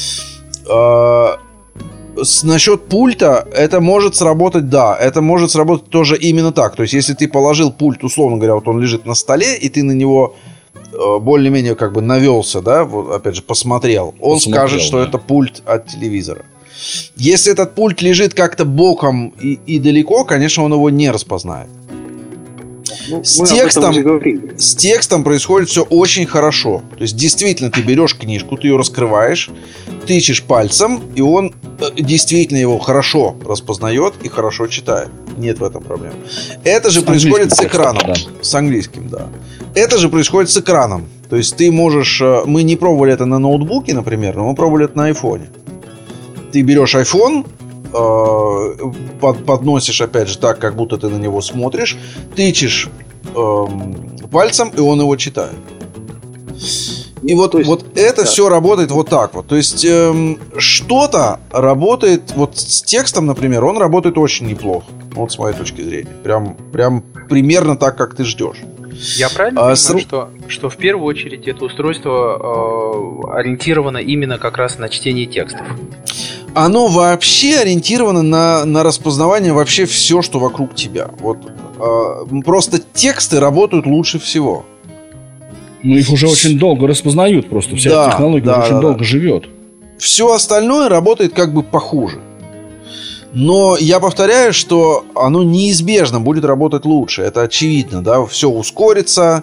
С, насчет пульта, это может сработать, да, это может сработать тоже именно так. То есть, если ты положил пульт, условно говоря, вот он лежит на столе, и ты на него э, более-менее как бы навелся, да, вот опять же, посмотрел, он посмотрел, скажет, что да. это пульт от телевизора. Если этот пульт лежит как-то боком и, и далеко, конечно, он его не распознает. Ну, с, текстом, с текстом происходит все очень хорошо. То есть, действительно, ты берешь книжку, ты ее раскрываешь, тычешь пальцем, и он действительно его хорошо распознает и хорошо читает. Нет в этом проблем. Это же с происходит с экраном. Да. С английским, да. Это же происходит с экраном. То есть, ты можешь... Мы не пробовали это на ноутбуке, например, но мы пробовали это на айфоне. Ты берешь iPhone, подносишь, опять же, так, как будто ты на него смотришь, тычешь э, пальцем, и он его читает. И вот, есть, вот это да. все работает вот так вот. То есть э, что-то работает, вот с текстом, например, он работает очень неплохо. Вот с моей точки зрения. Прям, прям примерно так, как ты ждешь. Я правильно а, понимаю, с... что, что в первую очередь это устройство э, ориентировано именно как раз на чтение текстов? Оно вообще ориентировано на, на распознавание вообще все, что вокруг тебя. Вот э, просто тексты работают лучше всего. Ну, их уже очень долго распознают просто. Вся да, технология да, очень да, долго да. живет. Все остальное работает как бы похуже. Но я повторяю, что оно неизбежно будет работать лучше. Это очевидно, да. Все ускорится,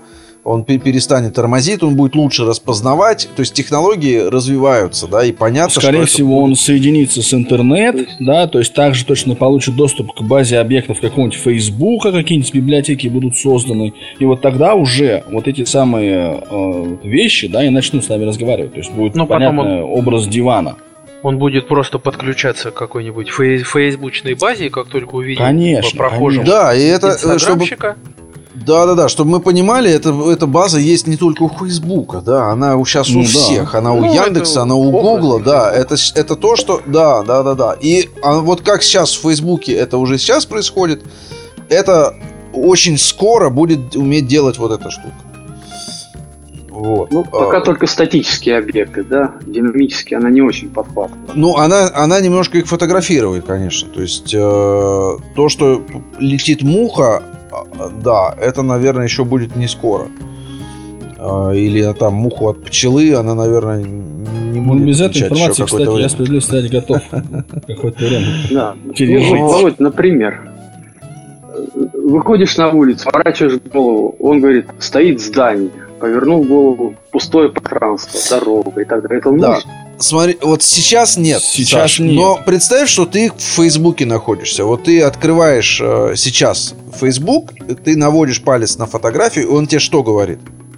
он перестанет тормозить, он будет лучше распознавать. То есть технологии развиваются, да, и понятно, скорее что всего, будет... он соединится с интернет, да, то есть также точно получит доступ к базе объектов какого-нибудь Фейсбука, какие-нибудь библиотеки будут созданы, и вот тогда уже вот эти самые э, вещи, да, и начнут с нами разговаривать. То есть будет ну, понятный он... образ дивана. Он будет просто подключаться к какой-нибудь фей- фейсбучной базе, как только увидит конечно, прохожим да, и это, чтобы... Да-да-да, чтобы мы понимали, это, эта база есть не только у Фейсбука, да, она сейчас ну, у да. всех, она ну, у Яндекса, она у Гугла, да, это, это то, что, да, да-да-да, и а вот как сейчас в Фейсбуке это уже сейчас происходит, это очень скоро будет уметь делать вот эта штука. Вот. Ну, пока а, только статические объекты, да, динамические она не очень подхватывает. Ну, она, она немножко их фотографирует, конечно, то есть э, то, что летит муха, да, это, наверное, еще будет не скоро. Или там муху от пчелы, она, наверное, не будет. Ну, без этой информации, кстати, время. Я справедливо сказать готов. Какое-то время. Да. Володь, например, выходишь на улицу, поворачиваешь голову, он говорит, стоит здание, повернул голову, пустое пространство, дорога и так далее. Это да. Смотри, вот сейчас нет, сейчас Саш, нет. Но представь, что ты в Фейсбуке находишься. Вот ты открываешь э, сейчас Фейсбук, ты наводишь палец на фотографию, и он тебе что говорит?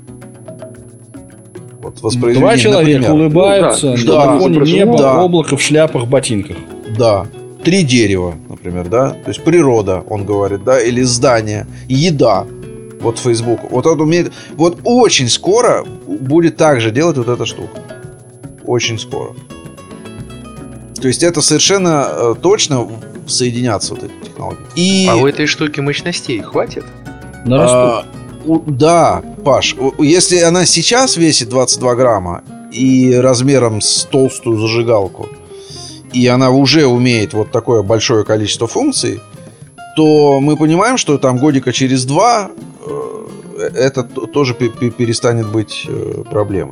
Вот воспроизведение, два человека например. улыбаются, ну, да, на фоне да, неба, да. облако в шляпах, ботинках. Да. Три дерева, например, да? То есть природа, он говорит, да? Или здание, еда. Вот Фейсбук. Вот он умеет. Вот очень скоро будет так же делать вот эта штука. Очень скоро. То есть это совершенно э, точно соединятся вот эти технологии. И... А у этой штуки мощностей хватит? А, у, да, Паш, если она сейчас весит двадцать два грамма и размером с толстую зажигалку, и она уже умеет вот такое большое количество функций, то мы понимаем, что там годика через два э, это тоже перестанет быть э, проблемой.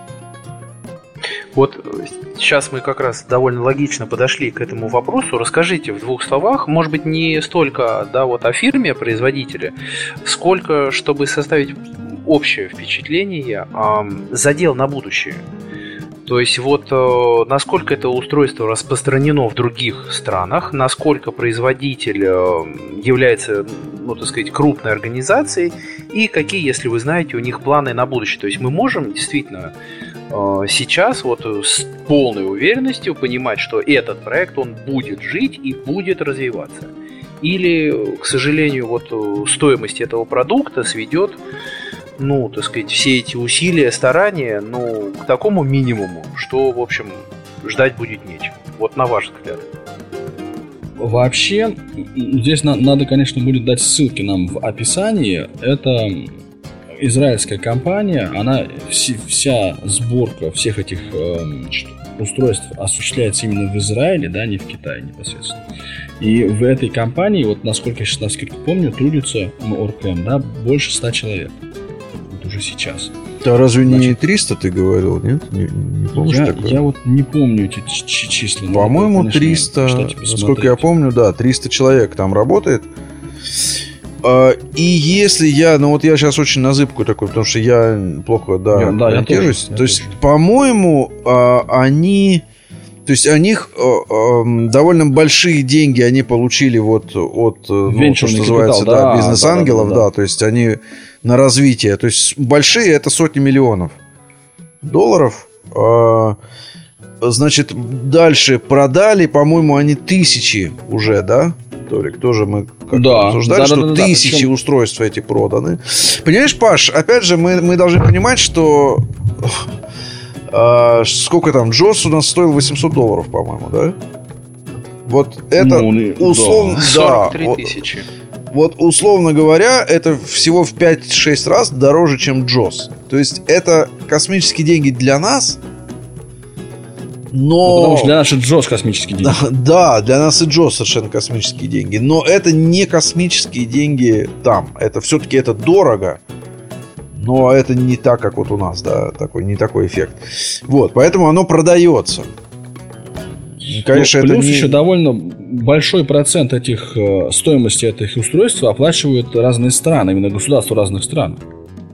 Вот сейчас мы как раз довольно логично подошли к этому вопросу. Расскажите в двух словах, может быть, не столько да, вот о фирме, производителе, сколько, чтобы составить общее впечатление, э, задел на будущее. То есть вот э, насколько это устройство распространено в других странах, насколько производитель э, является, ну, так сказать, крупной организацией, и какие, если вы знаете, у них планы на будущее. То есть мы можем действительно сейчас вот с полной уверенностью понимать, что этот проект, он будет жить и будет развиваться. Или, к сожалению, вот стоимость этого продукта сведет, ну, так сказать, все эти усилия, старания, ну, к такому минимуму, что, в общем, ждать будет нечего. Вот на ваш взгляд. Вообще, здесь надо, конечно, будет дать ссылки нам в описании. Это... израильская компания, она вся, вся сборка всех этих э, устройств осуществляется именно в Израиле, да, не в Китае непосредственно. И в этой компании, вот насколько я сейчас насколько помню, трудится ну, Оргком, да, больше ста человек. Вот уже сейчас. Да разве Значит, не триста ты говорил, нет? Не, не помнишь я, такое? Я вот не помню эти числа. По-моему, конечно, триста, насколько я помню, да, триста человек там работает. И если я, ну вот я сейчас очень на зыбку такой, потому что я плохо, да, я, да ориентируюсь. Я тоже, я то есть, тоже. По-моему, они, то есть, у них довольно большие деньги они получили вот от, ну, то, что называется, да, да, бизнес-ангелов, да, да, да, да, то есть они на развитие, то есть большие это сотни миллионов долларов. Значит, дальше продали, по-моему, они тысячи уже, да? Толик, тоже мы да, обсуждали, да, что да, да, тысячи да, устройств эти проданы. Понимаешь, Паш, опять же, мы, мы должны понимать, что э, сколько там, Джос у нас стоил восемьсот долларов, по-моему, да? Вот это ну, условно... Да, сорок три тысячи. Вот, вот условно говоря, это всего в пять-шесть раз дороже, чем Джос. То есть это космические деньги для нас. Но... Ну, потому что для нас и Джос космические деньги. Да, для нас и Джос совершенно космические деньги. Но это не космические деньги там. Это все-таки это дорого. Но это не так, как вот у нас, да, такой, не такой эффект. Вот, поэтому оно продается. Конечно, ну, плюс это не... еще довольно большой процент этих э, стоимости этих устройств оплачивают разные страны, именно государства разных стран.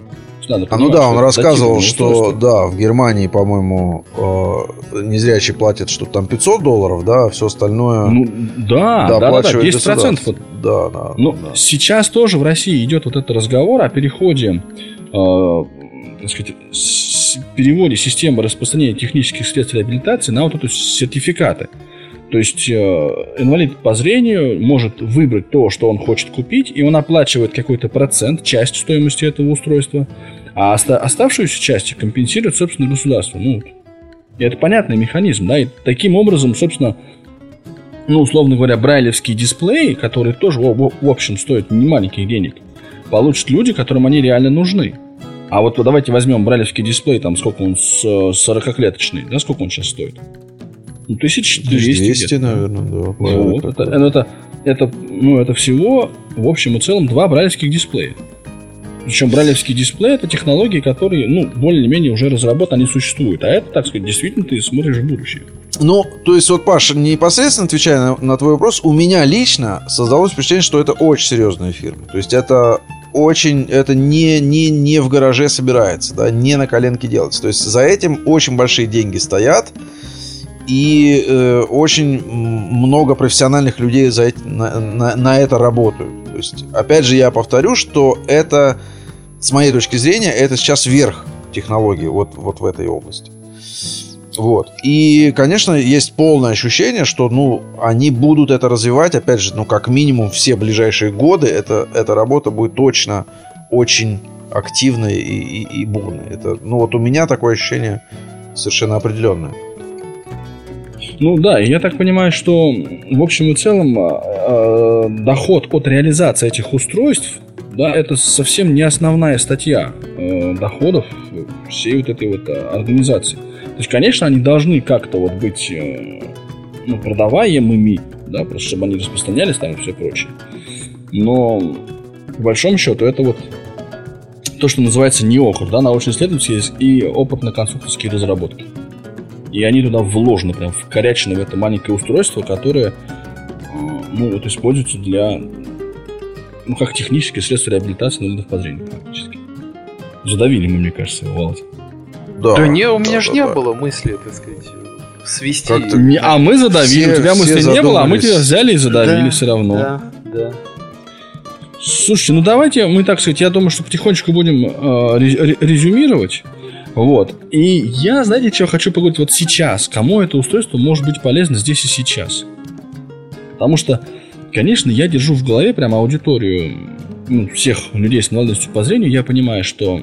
надо а ну да, он рассказывал, что да, в Германии, по-моему, э, незрячий платит что-то там пятьсот долларов, да, а все остальное ну, да, да, да, да, десять процентов. Вот. Да, да, Но да. сейчас тоже в России идет вот этот разговор о переходе, э, так сказать, с, переводе системы распространения технических средств реабилитации на вот эти сертификаты. То есть э, инвалид по зрению может выбрать то, что он хочет купить, и он оплачивает какой-то процент, часть стоимости этого устройства, а оста- оставшуюся часть компенсирует, собственно, государство. Ну, и это понятный механизм, да, и таким образом, собственно, ну, условно говоря, брайлевские дисплеи, которые тоже, в, в общем, стоят немаленьких денег, получат люди, которым они реально нужны. А вот давайте возьмем брайлевский дисплей, там, сколько он, сорокаклеточный, да, сколько он сейчас стоит? Ну, тысяч двести, двести наверное, да. Вот, это, это, это, ну, это всего, в общем и целом, два брайлевских дисплея. Причем брайлевские дисплеи — это технологии, которые, ну, более-менее уже разработаны, они существуют. А это, так сказать, действительно ты смотришь в будущее. Ну, то есть, вот, Паша, непосредственно отвечая на, на твой вопрос, у меня лично создалось впечатление, что это очень серьезная фирма. То есть, это очень, это не, не, не в гараже собирается, да, не на коленке делается. То есть, за этим очень большие деньги стоят. И э, очень много профессиональных людей за эти, на, на, на это работают. То есть, опять же, я повторю, что это, с моей точки зрения, это сейчас верх технологий вот, вот в этой области. Вот. И, конечно, есть полное ощущение, что, ну, они будут это развивать, опять же, ну, как минимум все ближайшие годы. Это, эта работа будет точно очень активной и, и, и бурной. Это, ну, вот у меня такое ощущение совершенно определенное. Ну да, я так понимаю, что в общем и целом э, доход от реализации этих устройств, да, это совсем не основная статья э, доходов всей вот этой вот организации. То есть, конечно, они должны как-то вот быть э, ну, продаваемыми, да, просто чтобы они распространялись там и все прочее. Но по большому счету это вот то, что называется НИОКР, да, научно-исследовательские и опытно-конструкторские разработки. И они туда вложены, прям вкорячены в это маленькое устройство, которое, ну, вот используется для, ну, как техническое средство реабилитации инвалидов по зрению, практически. Задавили мы, мне кажется, Володь. Да, да не, у меня да, же да, не да. было мысли, так сказать, свести. Не, а мы задавили, все, у тебя мысли не было, а мы тебя взяли и задавили да, все равно. Да, да. Слушайте, ну давайте мы, так сказать, я думаю, что потихонечку будем э, резюмировать. Вот. И я, знаете, что хочу поговорить вот сейчас. Кому это устройство может быть полезно здесь и сейчас? Потому что, конечно, я держу в голове прямо аудиторию, ну, всех людей с инвалидностью по зрению. Я понимаю, что,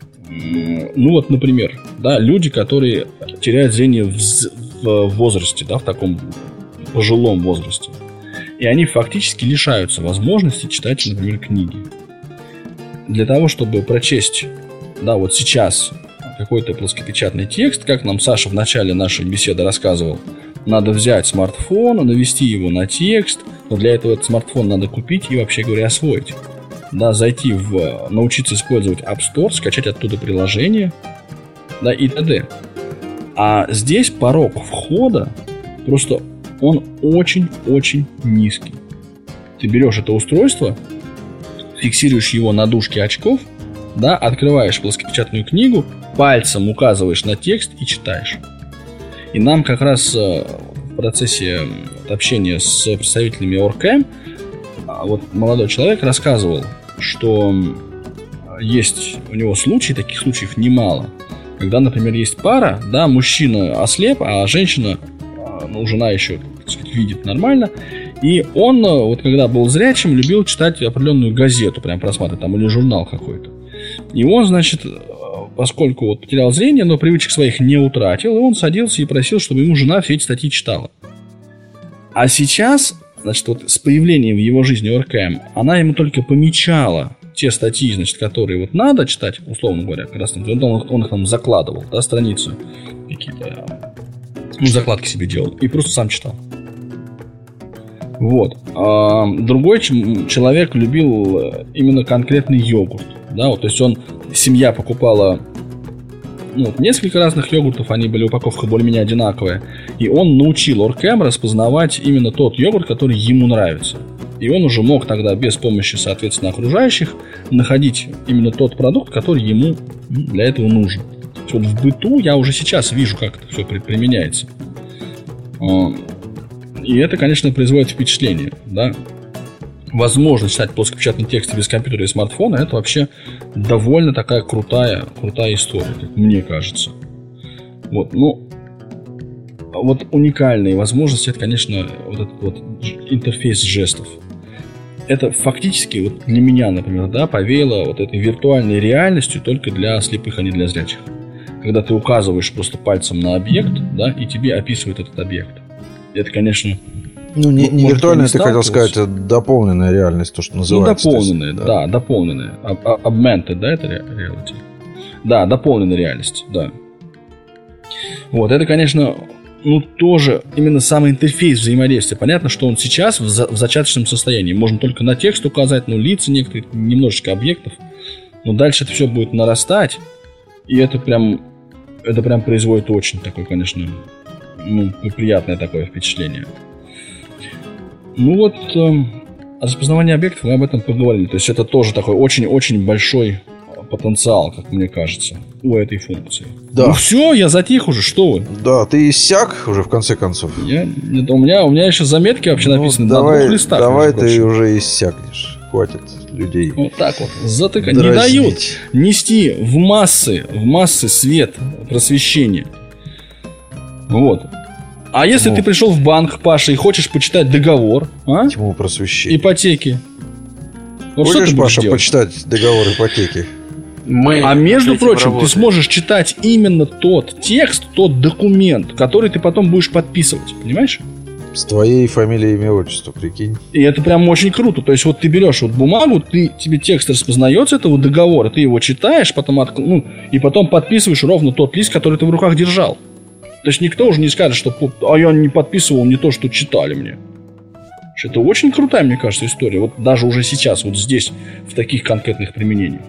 ну вот, например, да, люди, которые теряют зрение в, в возрасте, да, в таком пожилом возрасте. И они фактически лишаются возможности читать, например, книги. Для того, чтобы прочесть, да, вот сейчас какой-то плоскопечатный текст, как нам Саша в начале нашей беседы рассказывал, надо взять смартфон, навести его на текст, но для этого этот смартфон надо купить и, вообще говоря, освоить. Да, зайти в, научиться использовать App Store, скачать оттуда приложение, да, и т.д. А здесь порог входа просто он очень-очень низкий. Ты берешь это устройство, фиксируешь его на дужке очков, да, открываешь плоскопечатную книгу, пальцем указываешь на текст и читаешь. И нам как раз в процессе общения с представителями ОРКМ вот молодой человек рассказывал, что есть у него случаи, таких случаев немало, когда, например, есть пара, да, мужчина ослеп, а женщина, ну, жена еще, так сказать, видит нормально, и он, вот когда был зрячим, любил читать определенную газету, прям просматривать, там, или журнал какой-то. И он, значит, поскольку вот потерял зрение, но привычек своих не утратил, и он садился и просил, чтобы ему жена все эти статьи читала. А сейчас, значит, вот с появлением в его жизни ОРКМ, она ему только помечала те статьи, значит, которые вот надо читать, условно говоря, как раз он, он их там закладывал, да, страницу какие-то, ну, закладки себе делал, и просто сам читал. Вот. А другой человек любил именно конкретный йогурт. Да, вот, то есть он, семья покупала, ну, вот, несколько разных йогуртов, они были, упаковка более-менее одинаковая. И он научил ОРКМ распознавать именно тот йогурт, который ему нравится. И он уже мог тогда без помощи, соответственно, окружающих находить именно тот продукт, который ему для этого нужен. Вот в быту я уже сейчас вижу, как это все применяется. И это, конечно, производит впечатление, да. Возможность читать плоскопечатный текст без компьютера и смартфона — это вообще довольно такая крутая, крутая история, как мне кажется. Вот, ну, вот уникальные возможности — это, конечно, вот этот вот интерфейс жестов. Это фактически вот для меня, например, да, повеяло вот этой виртуальной реальностью только для слепых, а не для зрячих. Когда ты указываешь просто пальцем на объект, да, и тебе описывает этот объект. Это, конечно... Ну, не, не виртуальная, ты хотел сказать, а дополненная реальность, то, что называется. Ну, дополненная, есть, да. да, дополненная. Augmented, да, это reality? Да, дополненная реальность, да. Вот, это, конечно, ну, тоже именно самый интерфейс взаимодействия. Понятно, что он сейчас в, за, в зачаточном состоянии. Можно только на текст указать, ну, лица некоторые, немножечко объектов. Но дальше это все будет нарастать. И это прям, это прям производит очень такое, конечно, ну, приятное такое впечатление. Ну вот, э, распознавание объектов, мы об этом поговорили. То есть это тоже такой очень-очень большой потенциал, как мне кажется, у этой функции. Да. Ну все, я затих уже, что вы? Да, ты иссяк уже в конце концов. Я, это, у, меня, у меня еще заметки вообще ну, написаны давай, на двух листах. Давай ты уже иссякнешь. Хватит людей. Вот так вот, затыкать. Не дают нести в массы, в массы свет, просвещение. Вот. А если Тьму. ты пришел в банк, Паша, и хочешь почитать договор, а? Тьму просвещения. Ипотеки. Вот хочешь, Паша, делать? почитать договор ипотеки? Мы а между прочим, работаем. Ты сможешь читать именно тот текст, тот документ, который ты потом будешь подписывать. Понимаешь? С твоей фамилией, имя, отчество, прикинь. И это прям очень круто. То есть вот ты берешь вот бумагу, ты, тебе текст распознается этого договора, ты его читаешь, потом от, ну, и потом подписываешь ровно тот лист, который ты в руках держал. То есть никто уже не скажет, что а я не подписывал не то, что читали мне. Это очень крутая, мне кажется, история. Вот даже уже сейчас, вот здесь, в таких конкретных применениях.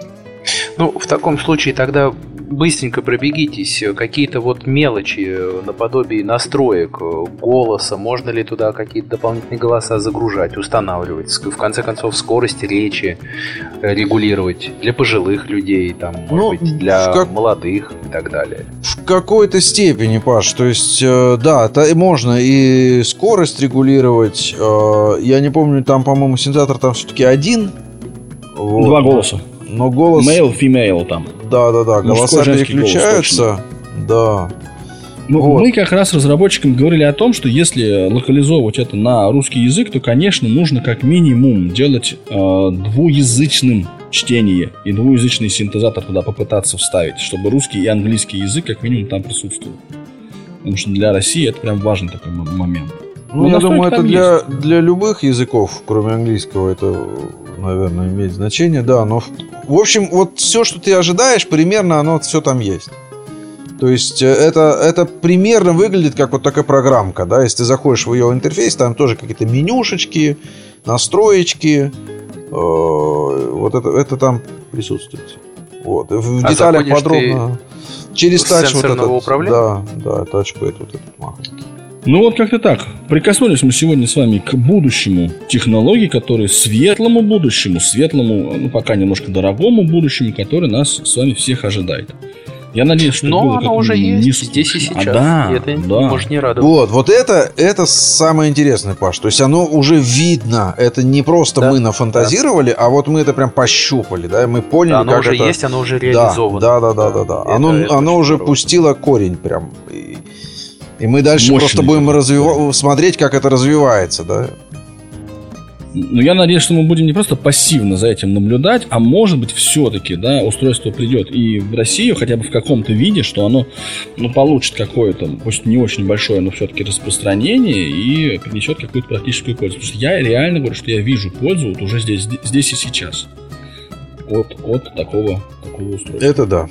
Ну, в таком случае тогда быстренько пробегитесь. Какие-то вот мелочи наподобие настроек голоса. Можно ли туда какие-то дополнительные голоса загружать, устанавливать? В конце концов, скорость речи регулировать для пожилых людей, там, может ну, быть, для как... молодых и так далее. В какой-то степени, Паш. То есть, э, да, то можно и скорость регулировать. Э, я не помню, там, по-моему, синтезатор там все-таки один. Вот. Два голоса. Но голос... Male, female там. Да-да-да, голоса переключаются. Да. Ну, вот. Мы как раз разработчикам говорили о том, что если локализовывать это на русский язык, то, конечно, нужно как минимум делать э, двуязычным чтение и двуязычный синтезатор туда попытаться вставить, чтобы русский и английский язык как минимум там присутствовал. Потому что для России это прям важный такой момент. Ну, я думаю, это для, для любых языков, кроме английского, это, наверное, имеет значение, да. Но, в общем, вот все, что ты ожидаешь, примерно оно все там есть. То есть это, это примерно выглядит как вот такая программка, да. Если ты заходишь в ее интерфейс, там тоже какие-то менюшечки, настроечки. Э, вот это, это там присутствует. Вот. В а деталях подробно. Через тач вот этот. Управления? Да, да, тачпэд вот этот маленький. Ну вот как-то так. Прикоснулись мы сегодня с вами к будущему технологий, которые светлому будущему, светлому, ну пока немножко дорогому будущему, который нас с вами всех ожидает. Я надеюсь, что но было оно уже есть не здесь и сейчас. А, да, и это да. может не радовать. Вот, вот это, это самое интересное, Паш. То есть оно уже видно. Это не просто да, мы нафантазировали, да. а вот мы это прям пощупали, да, мы поняли, да, оно как уже это... есть, оно уже реализовано. Да, да, да, да, да. да. Оно, это оно уже здорово. Пустило корень прям. И, и мы дальше мощный просто будем развив... смотреть, как это развивается, да. Ну, я надеюсь, что мы будем не просто пассивно за этим наблюдать, а может быть, все-таки, да, устройство придет и в Россию, хотя бы в каком-то виде, что оно, ну, получит какое-то, пусть не очень большое, но все-таки распространение и принесет какую-то практическую пользу. Потому что я реально говорю, что я вижу пользу вот уже здесь, здесь и сейчас от, от такого, такого устройства. Это да.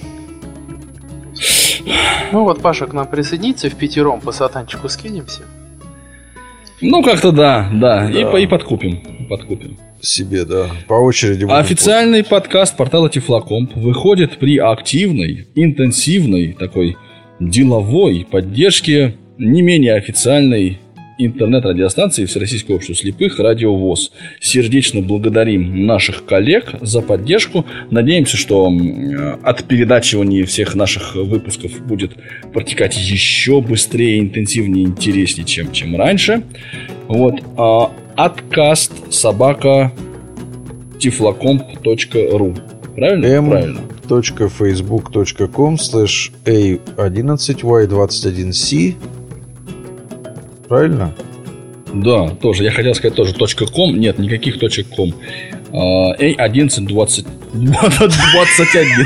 Ну вот Паша к нам присоединится, в пятером по сатанчику скинемся. Ну, как-то да, да, да. И, и подкупим, подкупим. Себе, да, по очереди. Официальный подкаст портала Тифлокомп выходит при активной, интенсивной, такой деловой поддержке не менее официальной интернет-радиостанции Всероссийского общества слепых «Радио ВОС». Сердечно благодарим наших коллег за поддержку. Надеемся, что от передачивания всех наших выпусков будет протекать еще быстрее, интенсивнее, интереснее, чем, чем раньше. Вот. А откаст собака тифлокомп точка ру. Правильно? М. Правильно. .facebook.com слэш эй одиннадцать вай двадцать один си. Правильно? Да, тоже. Я хотел сказать тоже .com. Нет, никаких .com. эй одиннадцать двадцать двадцать один.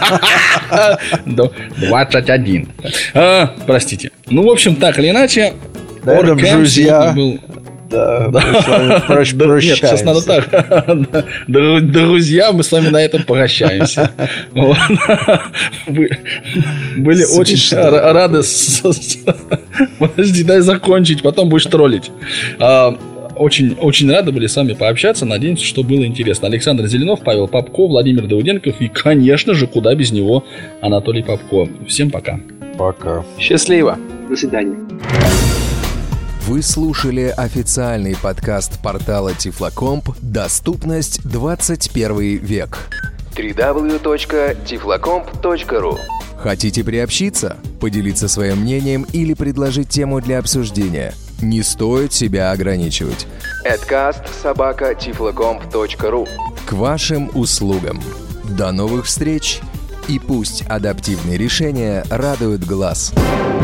двадцать один. Простите. Ну, в общем, так или иначе, На этом, друзья, был... да, мы с вами прощ- Да, нет, сейчас прощаемся. надо так. Дру- Друзья, мы с вами на этом прощаемся. Вот. Вы были очень Смешно. ра- рады. с- с- Подожди, дай закончить, потом будешь троллить. А, Очень, очень рады были с вами пообщаться. Надеемся, что было интересно. Александр Зеленов, Павел Попко, Владимир Давыденков и, конечно же, куда без него, Анатолий Попко. Всем пока. Пока. Счастливо. До свидания. Вы слушали официальный подкаст портала Тифлокомп «Доступность двадцать первый век». дабл ю дабл ю дабл ю точка тифлокомп точка ру. Хотите приобщиться, поделиться своим мнением или предложить тему для обсуждения? Не стоит себя ограничивать. Эдкаст собака тифлокомп точка ру. К вашим услугам. До новых встреч, и пусть адаптивные решения радуют глаз.